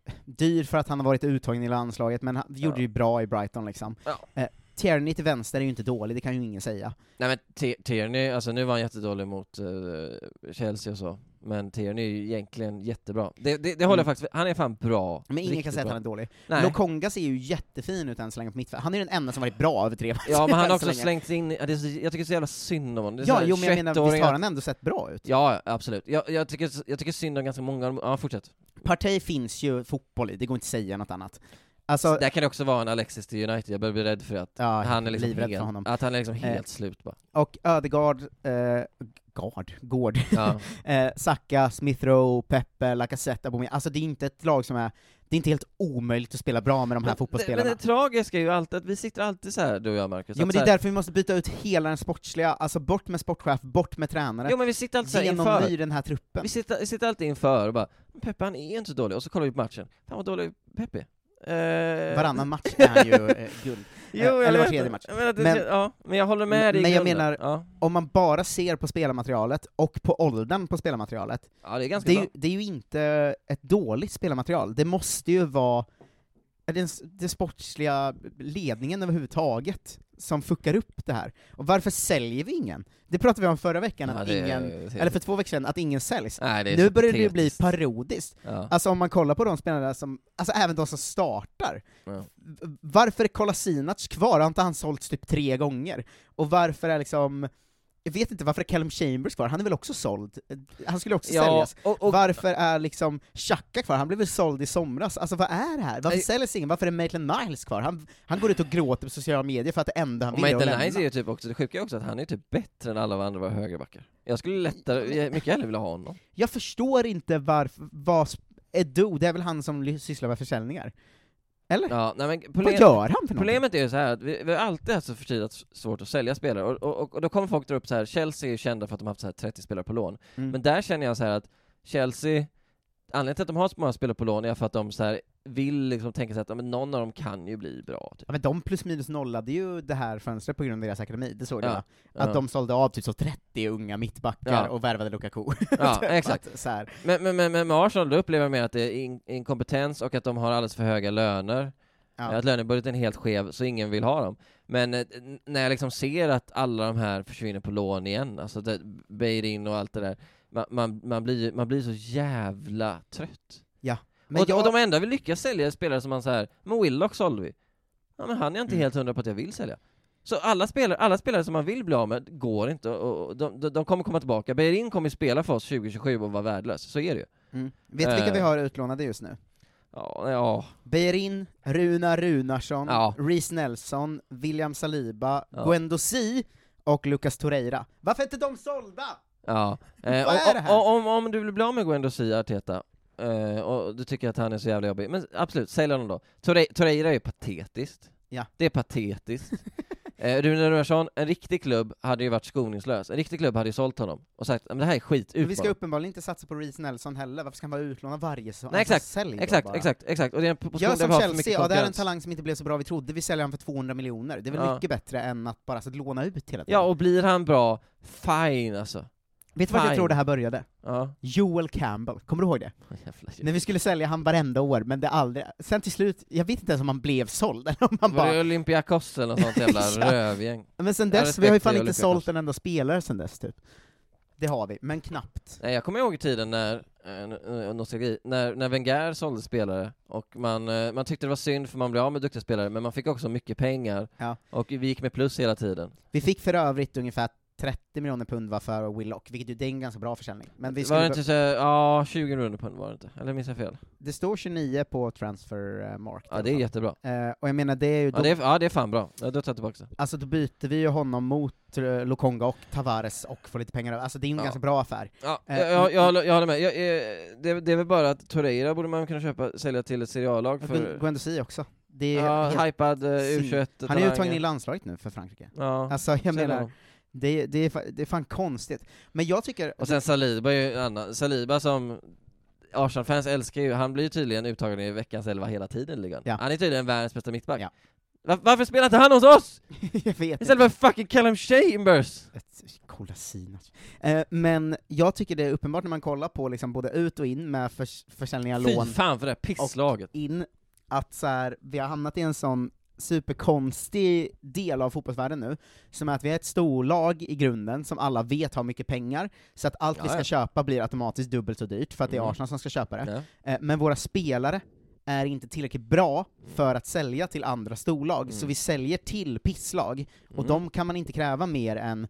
dyr för att han har varit uttagen i landslaget, men han gjorde ju bra i Brighton liksom. Ja. Eh, Tierney till vänster är ju inte dålig, det kan ju ingen säga. Nej men T- Tierney, alltså nu var han jättedålig mot uh, Chelsea och så, men Tierney är ju egentligen jättebra. Det, det, det håller jag Mm. faktiskt, han är fan bra. Men ingen kan Riktigt säga att bra. han är dålig. Nej. Lokonga ser ju jättefin ut än så länge på mittfält. Han är ju den enda som varit bra över tre matcher. Ja, men han har än så också länge. slängt in, ja, det är så, jag tycker det är så jävla synd om honom. Det är så Ja, här jo men jag menar, visst tjugoett-åringar. har han ändå sett bra ut? Ja, absolut. Jag, jag, tycker, jag tycker synd om ganska många, ja fortsätt. Partey finns ju fotboll i, det går inte att säga något annat. Alltså, Där kan det också vara en Alexis till United, jag börjar bli rädd för att Ja, han är liksom livrädd helt, för honom. att han är liksom helt Eh, slut bara. och Ödegaard, eh, Gard, Gård, Ja. eh, Saka, Smith Rowe, Pepe, Lacazette, Aubameyang. Alltså det är inte ett lag som är, det är inte helt omöjligt att spela bra med de här Men, fotbollsspelarna. men det tragiska är ju alltid att vi sitter alltid så här, du och jag Marcus. Jo att men så det är här- därför vi måste byta ut hela den sportsliga, alltså bort med sportchef, bort med tränare. Jo men vi sitter alltid så här Genomly inför. den här truppen. Vi sitter, vi sitter alltid inför och bara, men Peppe han är inte så dålig, och så kollar vi på matchen. Fan vad dålig Peppe. Eh... Varannan match är han ju eh, guld. Jo, Eh, jag eller var vet tredje det. match. Jag menar att det- Men, ja, men jag håller med dig i men jag grunden. menar, Ja. om man bara ser på spelarmaterialet, och på åldern på spelarmaterialet, Ja, det är ganska det är, bra. ju, det är ju inte ett dåligt spelarmaterial. Det måste ju vara den, den sportsliga ledningen överhuvudtaget som fuckar upp det här. Och varför säljer vi ingen? Det pratade vi om förra veckan, Ja, att det är- ingen, det är- eller för två veckor sedan, att ingen säljs. Nej, det är Nu så börjar det ju bli patetiskt. parodiskt. Ja. Alltså om man kollar på de spelarna som, alltså även de som startar, Ja. v- varför är Kolasinac kvar? Har inte han sålts typ tre gånger? Och varför är liksom, jag vet inte, varför är Callum Chambers kvar? Han är väl också såld? Han skulle också Ja, säljas. och- och- Varför är liksom Xhaka kvar? Han blev väl såld i somras? Alltså vad är det här? Varför Nej. säljs ingen? Varför är Maitland Niles kvar? Han, han går ut och gråter på sociala medier för att det enda han Och vill är att Maitland lämna. Niles är ju typ också, det sjuka är också att han är typ bättre än alla andra våra högerbackar. Jag skulle lättare, jag mycket hellre vilja ha honom. Jag förstår inte varför, vad Edu, det är väl han som ly- sysslar med försäljningar? Eller? Ja, nej, men problem, Vad gör han för någonting? Problemet är ju så här att vi, vi har alltid haft så förtvivlat svårt att sälja spelare, och, och, och då kommer folk dra upp så här. Chelsea är ju kända för att de har haft så här trettio spelare på lån. Mm. Men där känner jag så här att Chelsea, anledningen till att de har så många spelare på lån är för att de så här vill liksom tänka sig att ja, men någon av dem kan ju bli bra. Typ. Ja, men de plus minus nollade ju det här fönstret på grund av deras akademi, det såg du Ja, va? Att ja. de sålde av typ så trettio unga mittbackar Ja. och värvade Lukaku. Ja, Typ exakt. att, så här. Men, men, men, men med Arsenal då upplever jag mer att det är in, inkompetens och att de har alldeles för höga löner. Ja. Att lönebudgeten är helt skev så ingen vill ha dem. Men eh, när jag liksom ser att alla de här försvinner på lån igen, alltså det, Beirin och allt det där, man, man, man, blir, man blir så jävla trött. Ja. Men och, jag... och de enda vill lyckas sälja spelare som man så här, men Willock sålde vi. Ja, men han är inte Mm. helt hundra på att jag vill sälja. Så alla spelare, alla spelare som man vill bli av med går inte, och, och de, de, de kommer komma tillbaka. Beirin kommer spela för oss tjugo tjugosju och vara värdelös, så är det ju. Mm. Vet du vilka Eh. vi har utlånade just nu? Ja, ja. Beirin, Runa Runarsson, Ja. Reece Nelson, William Saliba, Ja. Guendouzi och Lucas Torreira. Varför är inte de sålda? Ja. Eh, Vad och, är det här? och, om, om du vill bli av med Guendouzi, Arteta, eh, och du tycker att han är så jävla jobbig, men absolut, sälj honom då. Torre- Torreira är ju patetiskt. Ja. Det är patetiskt. eh, Rune Runarsson, en riktig klubb hade ju varit skoningslös. En riktig klubb hade ju sålt honom och sagt, men det här är skit, ut Men vi ska bara. uppenbarligen inte satsa på Reece Nelson heller, varför ska han vara utlånad varje säsong? Nej, exakt, Sälj då exakt, bara. exakt, exakt. Och det är en position Gör där som vi har för Chelsea, mycket ja det är en konkurrens. talang som inte blev så bra vi trodde, vi säljer han för tvåhundra miljoner. Det är väl Ja. mycket bättre än att bara så att låna ut hela tiden. Ja, och blir han bra, fine alltså. Vet du vad jag Fine. tror det här började? Ja. Joel Campbell, kommer du ihåg det? Jävla När vi skulle sälja han varenda år, men det aldrig, sen till slut, jag vet inte ens om han blev såld, eller om han Var det bara... Olympiakos eller något sånt jävla Ja. rövgäng? Men sen Jag dess, vi har ju respekterar fan inte Olympiakos. sålt en enda spelare sen dess typ. Det har vi, men knappt. Nej, jag kommer ihåg tiden när, äh, nostalgi, när, när Wenger sålde spelare, och man, eh, man tyckte det var synd för man blev av med duktiga spelare, men man fick också mycket pengar, Ja. och vi gick med plus hela tiden. Vi fick för övrigt ungefär trettio miljoner pund var för Willock, vilket ju det är en ganska bra försäljning. Men vi var det inte så, ja, tjugo miljoner pund var det inte, eller minns jag fel? Det står tjugonio på Transfermarkt. Ja, det är jättebra. Eh, och jag menar, det är ju... Då, ja, det är, ja, det är fan bra. Ja, då tar jag tillbaka det. Alltså, då byter vi ju honom mot uh, Lokonga och Tavares och får lite pengar. Alltså, det är ju en ja. ganska bra affär. Ja, eh, jag, jag, jag, håller, jag håller med. Jag, eh, det, det är väl bara att Torreira borde man kunna köpa, sälja till ett Serie A-lag för... Guendouzi också. Det är ja, hypad uh, U tjugoett. Han är ju uttagen i landslaget nu för Frankrike. Ja, alltså, jag menar... Det, det, är, det är fan konstigt. Men jag tycker... Och sen Saliba är ju annan. Saliba som Arsenal-fans älskar ju, han blir ju tydligen uttagen i veckans elva hela tiden, ligan. Ja. Han är tydligen världens bästa mittback. Ja. Var, varför spelar inte han hos oss? Jag vet istället för fucking Callum Chambers. Kolasinac. Eh, men jag tycker det är uppenbart när man kollar på liksom både ut och in med förs- försäljningar, lån. Fy fan för det här pisslaget. Och in, att så här, vi har hamnat i en sån superkonstig del av fotbollsvärlden nu, som är att vi är ett storlag i grunden, som alla vet har mycket pengar, så att allt ja, vi ska ja. köpa blir automatiskt dubbelt så dyrt, för att det är mm. Arsenal som ska köpa det. Ja. Eh, men våra spelare är inte tillräckligt bra för att sälja till andra storlag, mm. så vi säljer till pisslag, och mm. de kan man inte kräva mer än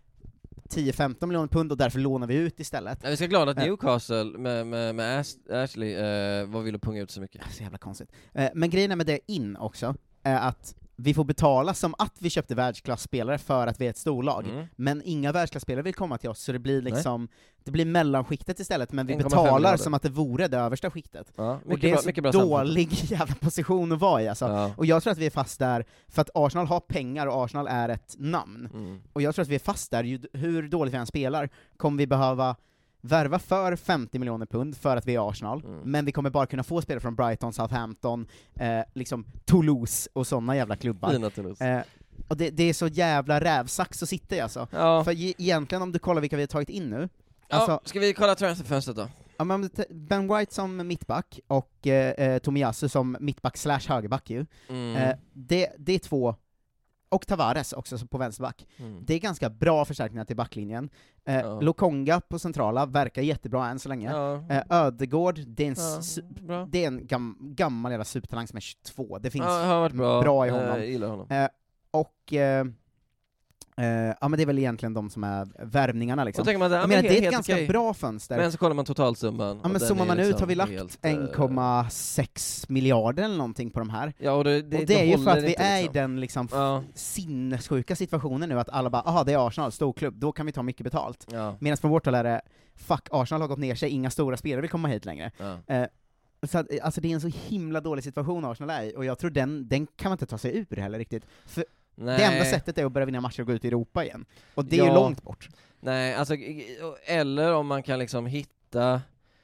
tio femton miljoner pund, och därför lånar vi ut istället. Ja, vi ska glada att Newcastle med, med, med Ashley eh, vad ville punga ut så mycket. Så jävla konstigt. Eh, men grejen är med det in också, är att vi får betala som att vi köpte världsklasspelare för att vi är ett storlag, mm. men inga världsklasspelare vill komma till oss, så det blir liksom Nej. det blir mellanskiktet istället, men vi betalar som att det vore det översta skiktet. Ja, och det är en så bra, dålig samtidigt. jävla position att vara i alltså. Ja. Och jag tror att vi är fast där för att Arsenal har pengar och Arsenal är ett namn. Mm. Och jag tror att vi är fast där, ju, hur dåligt vi än spelar kommer vi behöva värva för femtio miljoner pund för att vi är Arsenal, mm. men vi kommer bara kunna få spelare från Brighton, Southampton, eh, liksom Toulouse och sådana jävla klubbar. Eh, och det, det är så jävla rävsax att sitta i alltså. Ja. För e- egentligen om du kollar vilka vi har tagit in nu. Ja, alltså, ska vi kolla transferfönstret då? Ja, men Ben White som mittback och eh, Tomiyasu som mittback slash högerback ju. Mm. Eh, det, det är två, och Tavares också på vänsterback. Mm. Det är ganska bra förstärkningar till backlinjen. Eh, ja. Lokonga på centrala verkar jättebra än så länge. Ja. Eh, Ödegård, det är en, ja, su- det är en gam- gammal jävla supertalang som är tjugotvå. Det finns ja, bra. bra i honom. Jag gillar honom. Eh, och eh, Uh, ja, men det är väl egentligen de som är värvningarna liksom. Man, jag menar, det är ett ganska okej. bra fönster. Men så kollar man totalsumman. Ja, men zoomar man liksom ut har vi lagt helt, en komma sex miljarder eller någonting på de här. Ja, och det, det, och det är ju för att vi liksom. är i den liksom ja. sinnessjuka situationen nu, att alla bara, aha, det är Arsenal, storklubb, då kan vi ta mycket betalt. Ja. Medan från vårt håll är det, fuck, Arsenal har gått ner sig, inga stora spelare vill komma hit längre. Ja. Uh, så att, alltså det är en så himla dålig situation Arsenal är i, och jag tror den, den kan man inte ta sig ur heller riktigt. För Nej. det enda sättet är att börja vinna matcher och gå ut i Europa igen. Och det är ja. ju långt bort. Nej, alltså, eller om man kan liksom hitta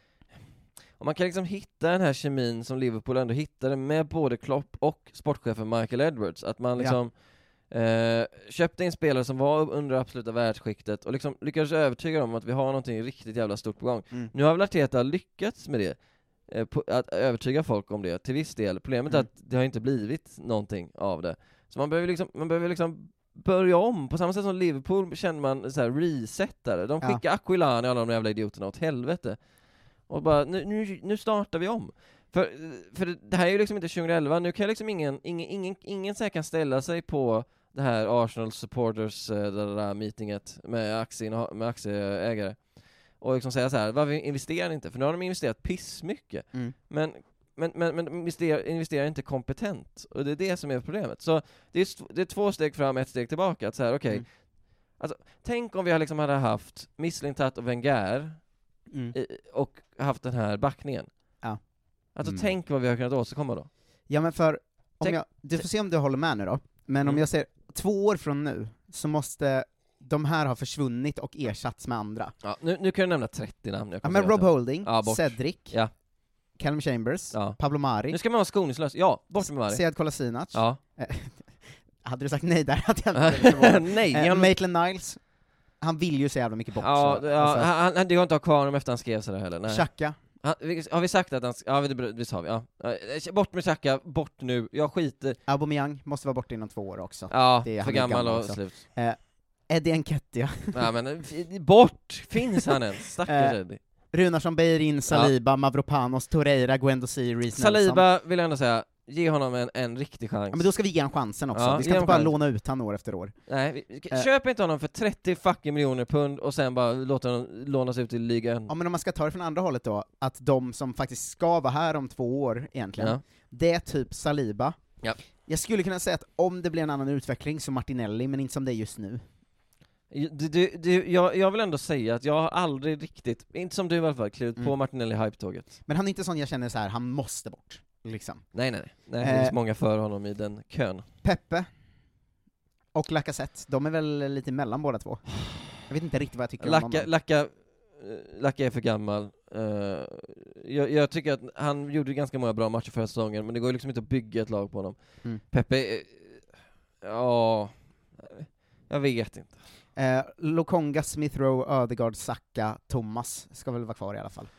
om man kan liksom hitta den här kemin som Liverpool ändå hittade med både Klopp och sportchefen Michael Edwards, att man liksom ja. eh, köpte in spelare som var under absoluta världsskiktet och liksom lyckades övertyga dem om att vi har någonting riktigt jävla stort på gång. Mm. Nu har väl Arteta lyckats med det, eh, på, att övertyga folk om det till viss del. Problemet mm. är att det har inte blivit någonting av det. Så man behöver liksom, man behöver liksom börja om. På samma sätt som Liverpool känner man så här resetare. De skickar ja. Aquilani och alla de jävla idioterna åt helvete. Och bara, nu, nu, nu startar vi om. För, för det, det här är ju liksom inte tjugoelva. Nu kan liksom ingen, ingen, ingen, ingen så här kan ställa sig på det här Arsenal supporters uh, det där meetinget med, aktien, med aktieägare. Och liksom säga så här, varför investerar ni inte? För nu har de investerat piss mycket. Mm. Men Men, men, men investerar, investerar inte kompetent. Och det är det som är problemet. Så det är, det är två steg fram, ett steg tillbaka. Att så här, okej. Okay, mm. Alltså, tänk om vi liksom hade haft Mislintat och Wenger mm. i, och haft den här backningen. Ja. Alltså mm. tänk vad vi har kunnat åstadkomma då. Ja, men för om tänk, jag, du får se om du håller med nu då. Men mm. om jag ser två år från nu så måste de här ha försvunnit och ersatts med andra. Ja, nu, nu kan du nämna trettio namn. Ja, men Rob Holding, ja, Cedric, ja. Callum Chambers, ja. Pablo Mari. Nu ska man vara skoningslös. Ja, bort med Mari. Sead Kolasinac. Ja. Hade du sagt nej där hade jag inte Nej. Eh, Maitland Niles. Han vill ju så jävla mycket bort. Ja, så. ja Alltså. han, han, det går inte att ha kvar honom efter han skrev sådär heller. Nej. Xhaka. Han, har vi sagt att han ja, det, det sa vi. Ja. Bort med Xhaka, bort nu. Jag skiter. Aubameyang måste vara borta inom två år också. Ja, det är, för gammal, gammal och också. Slut. Eh, Eddie Nketiah. Ja, men bort finns han ens. Stackars eh, Eddie. Runarsson, Beirin, Saliba, ja. Mavropanos, Torreira, Guendouzi, Reece Saliba Nelson. Vill jag ändå säga, ge honom en, en riktig chans. Ja, men då ska vi ge honom chansen också. Ja, vi ska inte bara chans. låna ut han år efter år. Nej, vi, uh, köp inte honom för trettio fucking miljoner pund och sen bara låta honom lånas ut till ligan. Ja, men om man ska ta det från andra hållet då, att de som faktiskt ska vara här om två år egentligen, ja. det är typ Saliba. Ja. Jag skulle kunna säga att om det blir en annan utveckling så Martinelli, men inte som det är just nu. Du, du, du, jag, jag vill ändå säga att jag har aldrig riktigt, inte som du i alla fall, klivit mm. på Martinelli hype-tåget. Men han är inte sån jag känner så här, han måste bort. Liksom. Nej, nej, nej. Det finns eh, många för honom i den kön. Peppe och Lacazette, de är väl lite emellan båda två. Jag vet inte riktigt vad jag tycker Lacka, om honom. Lacka, Lacka är för gammal. Uh, jag, jag tycker att han gjorde ganska många bra matcher förra säsongen, men det går liksom inte att bygga ett lag på honom. Mm. Peppe, uh, ja, jag vet inte. Eh, Lokonga, Smith Rowe, Ödegaard, Saka, Thomas ska väl vara kvar i alla fall.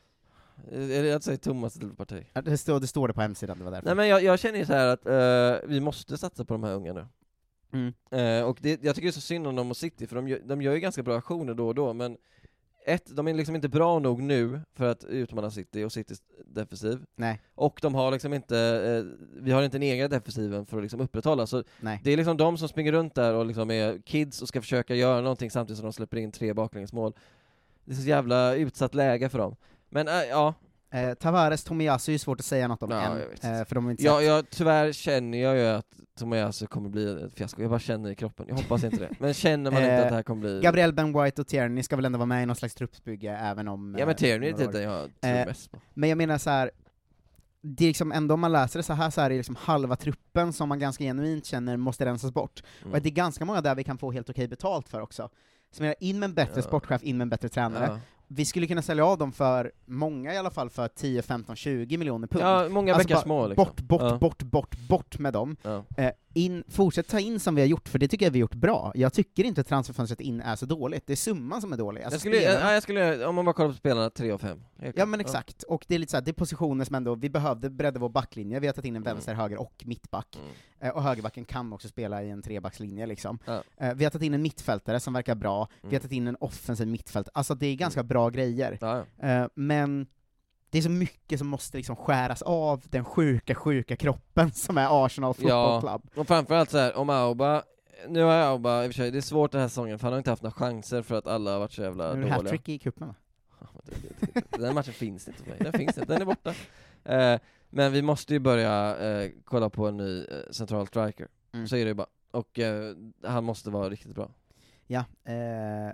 Är det att säga Thomas till parti? Ja, det, står, det står det på hemsidan, det var därför. Nej, men jag, jag känner ju så här att uh, vi måste satsa på de här unga nu. Mm. Uh, och det, jag tycker det är så synd om dem och City, för de gör, de gör ju ganska bra aktioner då och då, men ett, de är liksom inte bra nog nu för att utmana City och Citys defensiv. Nej. Och de har liksom inte, eh, vi har inte en egen defensiven för att liksom upprätthålla. Så Nej. det är liksom de som springer runt där och liksom är kids och ska försöka göra någonting samtidigt som de släpper in tre baklängesmål. Det är så jävla utsatt läge för dem. Men äh, ja. Eh, Tavares, Tomiyasu är svårt att säga något om ja, än, eh, för de har inte ja, sett. jag, tyvärr känner jag ju att Tomiyasu kommer bli ett fiasko. Jag bara känner i kroppen. Jag hoppas inte det. Men känner man eh, inte att det här kommer bli... Gabriel, Ben White och Tierney ska väl ändå vara med i någon slags truppsbygge, även om... Ja, men Tierney är inte det jag tror eh, mest på. Men jag menar så här, det är liksom ändå om man läser det så här så här är det liksom halva truppen som man ganska genuint känner måste rensas bort. Mm. Och det är ganska många där vi kan få helt okej betalt för också. Så menar, in med en bättre ja. sportchef, in med en bättre tränare. Ja. Vi skulle kunna sälja av dem för, många i alla fall, för tio, femton, tjugo miljoner pund. Ja, många alltså bäckar små liksom. Bort, bort, ja. bort, bort, bort med dem. Ja. Eh, in, fortsätt ta in som vi har gjort, för det tycker jag vi har gjort bra. Jag tycker inte att transferfönstret in är så dåligt. Det är summan som är dålig. Alltså jag, skulle, ja, jag skulle, om man bara kollar på spelarna, tre av fem. Ja, men exakt. Ja. Och det är lite så här, det är positioner som ändå, vi behövde bredda vår backlinje. Vi har tagit in en vänster, mm. höger och mittback. Mm. Eh, och högerbacken kan också spela i en trebackslinje liksom. Ja. Eh, vi har tagit in en mittfältare som verkar bra. Mm. Vi har tagit in en offensiv mittfält. Alltså det är ganska mm. bra grejer. Ja. Uh, men det är så mycket som måste liksom skäras av den sjuka, sjuka kroppen som är Arsenal Football ja. Club. Och framförallt så här, om Auba, nu har Auba, i och för sig, det är svårt den här säsongen, för han har inte haft några chanser för att alla har varit så jävla dåliga. Hattrick i cupen, va? Den matchen finns inte för mig, den finns inte, den är borta. Uh, men vi måste ju börja uh, kolla på en ny uh, central striker, mm. så är det ju bara. Och uh, han måste vara riktigt bra. Ja, uh,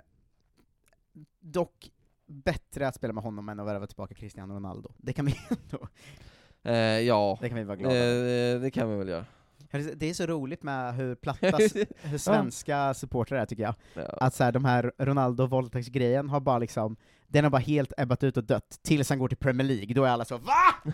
dock bättre att spela med honom än att värva tillbaka Cristiano Ronaldo. Det kan vi ändå. Eh, ja. Det kan vi vara glada. Eh, det kan vi väl göra. Det är så roligt med hur platta, hur svenska supportrar är, tycker jag. Ja. Att så här, de här Ronaldo-våldtäktsgrejen har bara liksom, den har bara helt ebbat ut och dött, tills han går till Premier League. Då är alla så, VA?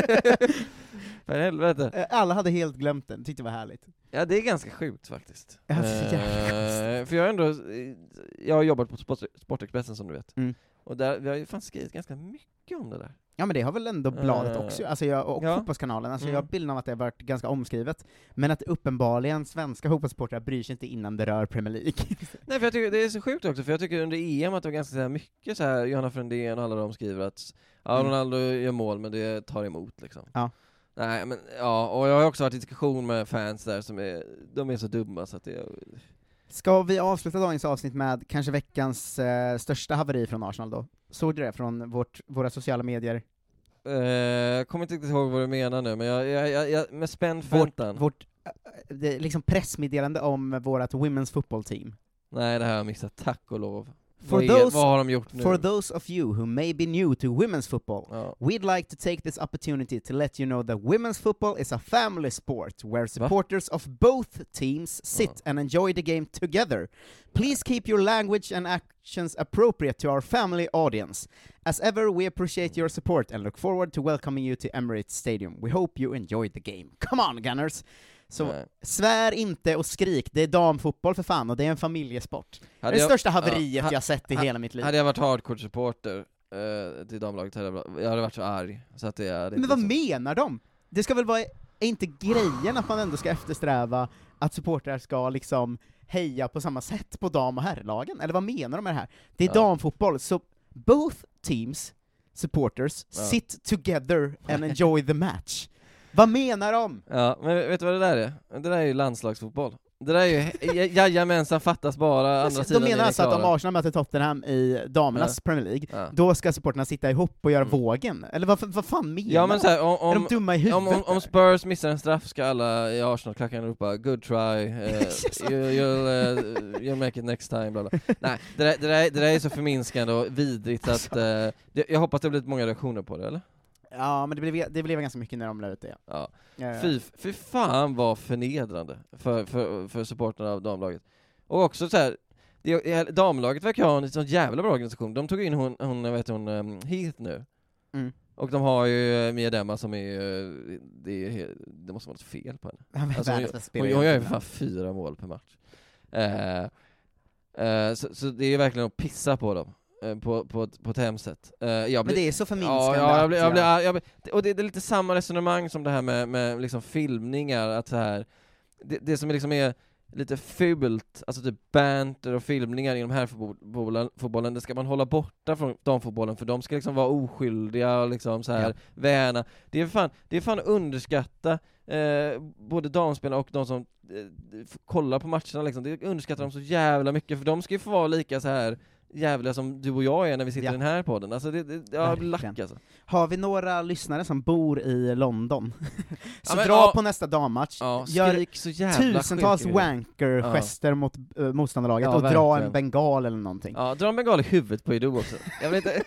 För helvete. Alla hade helt glömt den, tyckte det var härligt. Ja, det är ganska sjukt faktiskt. Ja, det är jävla eh, för jag har ändå, jag har jobbat på Sport, Sportexpressen som du vet. Mm. Och där, vi har ju fan skrivit ganska mycket om det där. Ja, men det har väl ändå bladet uh, också, alltså jag, och ja. fotbollskanalen, alltså mm. jag har bilden av att det har varit ganska omskrivet, men att uppenbarligen svenska fotbollssportare bryr sig inte innan det rör Premier League. Nej, för jag tycker det är så sjukt också, för jag tycker under E M att det var ganska så här mycket så här, Johanna Frändén och alla de skriver att ja, mm. Ronaldo gör mål, men det tar emot liksom. Ja. Nej, men ja, och jag har också varit i diskussion med fans där som är, de är så dumma så att det... Ska vi avsluta dagens avsnitt med kanske veckans eh, största haveri från Arsenal då? Såg du det från vårt, våra sociala medier? Jag uh, kommer inte riktigt ihåg vad du menar nu, men jag, jag, jag, jag med spänd förväntan. Vårt, vårt uh, det är liksom pressmeddelande om vårt women's football team. Nej, det här har jag missat, tack och lov. For vad, those, är, vad har de gjort nu? For those of you who may be new to women's football, ja. we'd like to take this opportunity to let you know that women's football is a family sport where supporters Va? of both teams sit ja. and enjoy the game together. Please keep your language and actions appropriate to our family audience. As ever, we appreciate your support and look forward to welcoming you to Emirates Stadium. We hope you enjoyed the game. Come on, Gunners! Så Nej. svär inte och skrik, det är damfotboll för fan, och det är en familjesport. Hade det är det största haveriet ja, jag sett i ha, hela mitt liv. Hade jag varit hardcore-supporter uh, till damlaget hade jag, jag hade varit så arg. Så att det är, det Men vad så. menar de? Det ska väl vara, är inte grejen att man ändå ska eftersträva att supportrar ska liksom heja på samma sätt på dam- och herrlagen? Eller vad menar de med det här? Det är ja. damfotboll, så both teams supporters ja. sit together and enjoy the match. Vad menar de? Ja, men vet du vad det där är? Det där är ju landslagsfotboll. Det där är ju, jajamensan, fattas bara andra de sidan. De menar alltså att om Arsenal möter Tottenham i damernas ja. Premier League, ja. då ska supporterna sitta ihop och göra mm. vågen? Eller vad, vad fan menar ja, men så här, om, om, är de dumma i huvudet? Om, om, om Spurs missar en straff ska alla i Arsenal-klackarna ropa good try, uh, you, you'll, uh, you'll make it next time, bla bla. Nej, det där, det, där, det där är så förminskande och vidrigt att uh, jag, jag hoppas det blir många reaktioner på det, eller? Ja, men det blev, det blev ganska mycket när de la ut det. Ja. Fy, fy fan var förnedrande för, för, för supporterna av damlaget. Och också så här, det, damlaget verkar ha en sån jävla bra organisation. De tog in hon, hon vet hon, um, Heath nu. Mm. Och de har ju Mia Demma som är, det, är, det måste vara något fel på henne. Alltså, hon, hon, hon gör ju fan fyra mål per match. Uh, uh, så, så det är verkligen att pissa på dem. På, på, på ett hemsätt. Uh, jag blir, men det är så förminskande. Ja, ja, jag blir, jag blir, jag blir, och det, det är lite samma resonemang som det här med, med liksom filmningar. Att så här, det, det som är, liksom är lite fult, alltså typ banter och filmningar inom här fotbollen, fotbollen, det ska man hålla borta från damfotbollen, för de ska liksom vara oskyldiga och liksom så här ja. värna. Det är fan, det är fan att underskatta eh, både damspelare och de som eh, kollar på matcherna liksom. Det underskattar de så jävla mycket, för de ska ju få vara lika så här jävliga som du och jag är när vi sitter ja. i den här podden. Alltså det, det jag blir lack alltså. Har vi några lyssnare som bor i London? så ja, men, ja, dra på nästa dammatch. Ja, gör så jävla tusentals wanker-gester ja. mot uh, motståndarlaget ja, och verkligen. dra en bengal eller någonting. Ja, dra en bengal i huvudet på Edo också. Jag vet inte.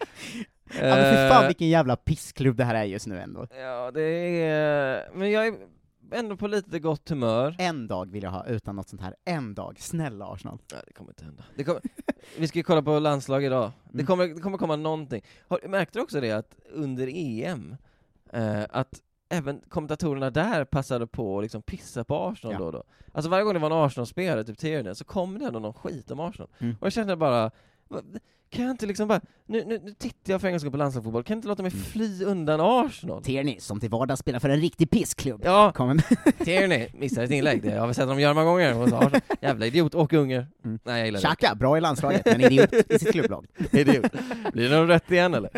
ja, men fy fan vilken jävla pissklubb det här är just nu ändå. Ja, det är... Men jag är ändå på lite gott humör. En dag vill jag ha utan något sånt här. En dag. Snälla Arsenal. Nej, det kommer inte hända. Det kommer... Vi ska ju kolla på landslag idag. Mm. Det, kommer, det kommer komma någonting. Har, märkte du också det att under E M eh, att även kommentatorerna där passade på att liksom pissa på Arsenal ja. då och då. Alltså varje gång det var en Arsenal-spelare, typ Tierney, så kom det ändå någon skit om Arsenal. Mm. Och jag kände bara, kan jag inte liksom bara, nu, nu, nu tittar jag för en gång på landslagsfotboll, kan jag inte låta mig fly undan Arsenal? Tierney, som till vardags spelar för en riktig pissklubb. Ja, Tierney, missar ett inlägg, det har vi sett dem göra många gånger hos Arsenal. Jävla idiot och unger. Mm. Nej, jag gillar det. Xhaka, bra i landslaget, men idiot i sitt klubblag. Idiot. Blir det nog rätt igen, eller?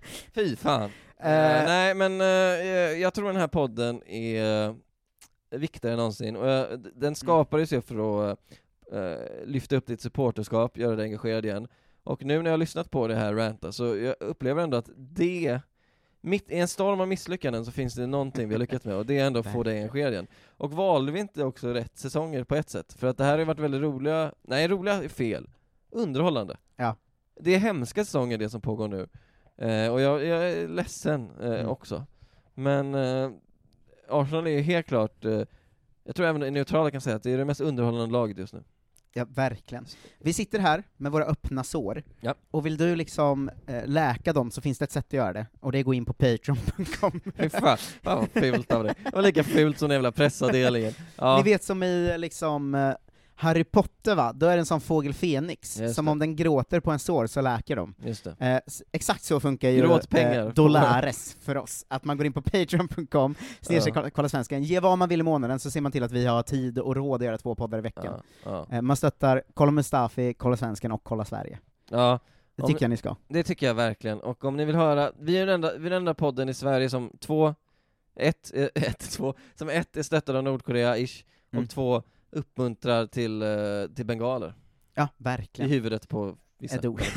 Fy fan. Uh, uh, nej, men uh, jag tror den här podden är uh, viktigare än någonsin. Och, uh, den skapades ju för att uh, lyfta upp ditt supporterskap, göra dig engagerad igen. Och nu när jag har lyssnat på det här ranta, så jag upplever ändå att det, mitt i en storm av misslyckanden, så finns det någonting vi har lyckats med, och det är ändå att få dig engagerad igen. Och valde vi inte också rätt säsonger på ett sätt? För att det här har varit väldigt roliga, nej roliga är fel, underhållande. Ja. Det är hemska säsonger det som pågår nu. Eh, och jag, jag är ledsen eh, mm. också. Men eh, Arsenal är helt klart, eh, jag tror även neutrala kan säga att det är det mest underhållande laget just nu. Ja, verkligen. Vi sitter här med våra öppna sår, ja. och vill du liksom äh, läka dem, så finns det ett sätt att göra det, och det är att gå in på patreon punkt com. Fan, fan vad fult av det. Det var lika fult som den jävla pressavdelningen. Ja. Ni vet som i liksom äh, Harry Potter, va? Då är det en sån fågel Fenix, Just som det. om den gråter på en sår så läker de. Just det. Eh, exakt så funkar ju eh, Dollares för oss. Att man går in på patreon punkt com, snedstreck ja. kolla, kolla svenskan, ge vad man vill i månaden, så ser man till att vi har tid och råd att göra två poddar i veckan. Ja. Ja. Eh, man stöttar Kolla Mustafi, Kolla svenskan och Kolla Sverige. Ja. Det tycker om, jag ni ska. Det tycker jag verkligen. Och om ni vill höra, vi är den enda, vi är den enda podden i Sverige som två, ett, ett, två, som ett är stöttad av Nordkorea-ish, Mm. och två uppmuntrar till, uh, till bengaler. Ja, verkligen. I huvudet på vissa.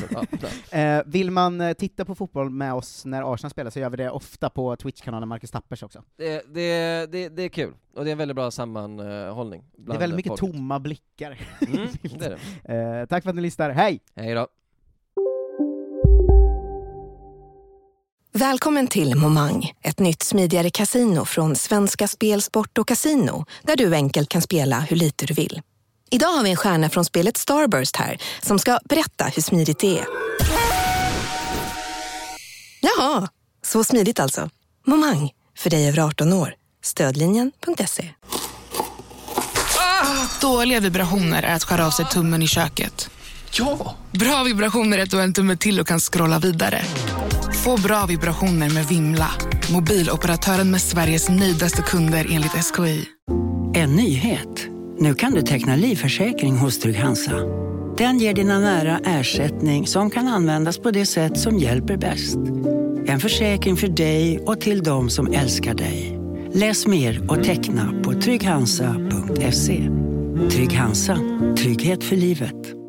Ja, eh, vill man uh, titta på fotboll med oss när Arsenal spelar, så gör vi det ofta på Twitch-kanalen Marcus Tappers också. Det, det, det, det är kul, och det är en väldigt bra sammanhållning. Det är väldigt mycket folket. Tomma blickar. Mm, det är det. Eh, tack för att ni lyssnar, hej! Hej då! Välkommen till Momang, ett nytt smidigare kasino från Svenska Spel, Sport och Casino, där du enkelt kan spela hur lite du vill. Idag har vi en stjärna från spelet Starburst här, som ska berätta hur smidigt det är. Jaha, så smidigt alltså. Momang, för dig över arton år. Stödlinjen punkt se. Ah, dåliga vibrationer är att skära av sig tummen i köket. Ja! Bra vibrationer är att du har en tumme till och kan scrolla vidare. Få bra vibrationer med Vimla. Mobiloperatören med Sveriges nöjdaste kunder enligt S K I. En nyhet. Nu kan du teckna livförsäkring hos Trygg-Hansa. Den ger dina nära ersättning som kan användas på det sätt som hjälper bäst. En försäkring för dig och till de som älskar dig. Läs mer och teckna på trygg hansa punkt se. Trygg Hansa, trygghet för livet.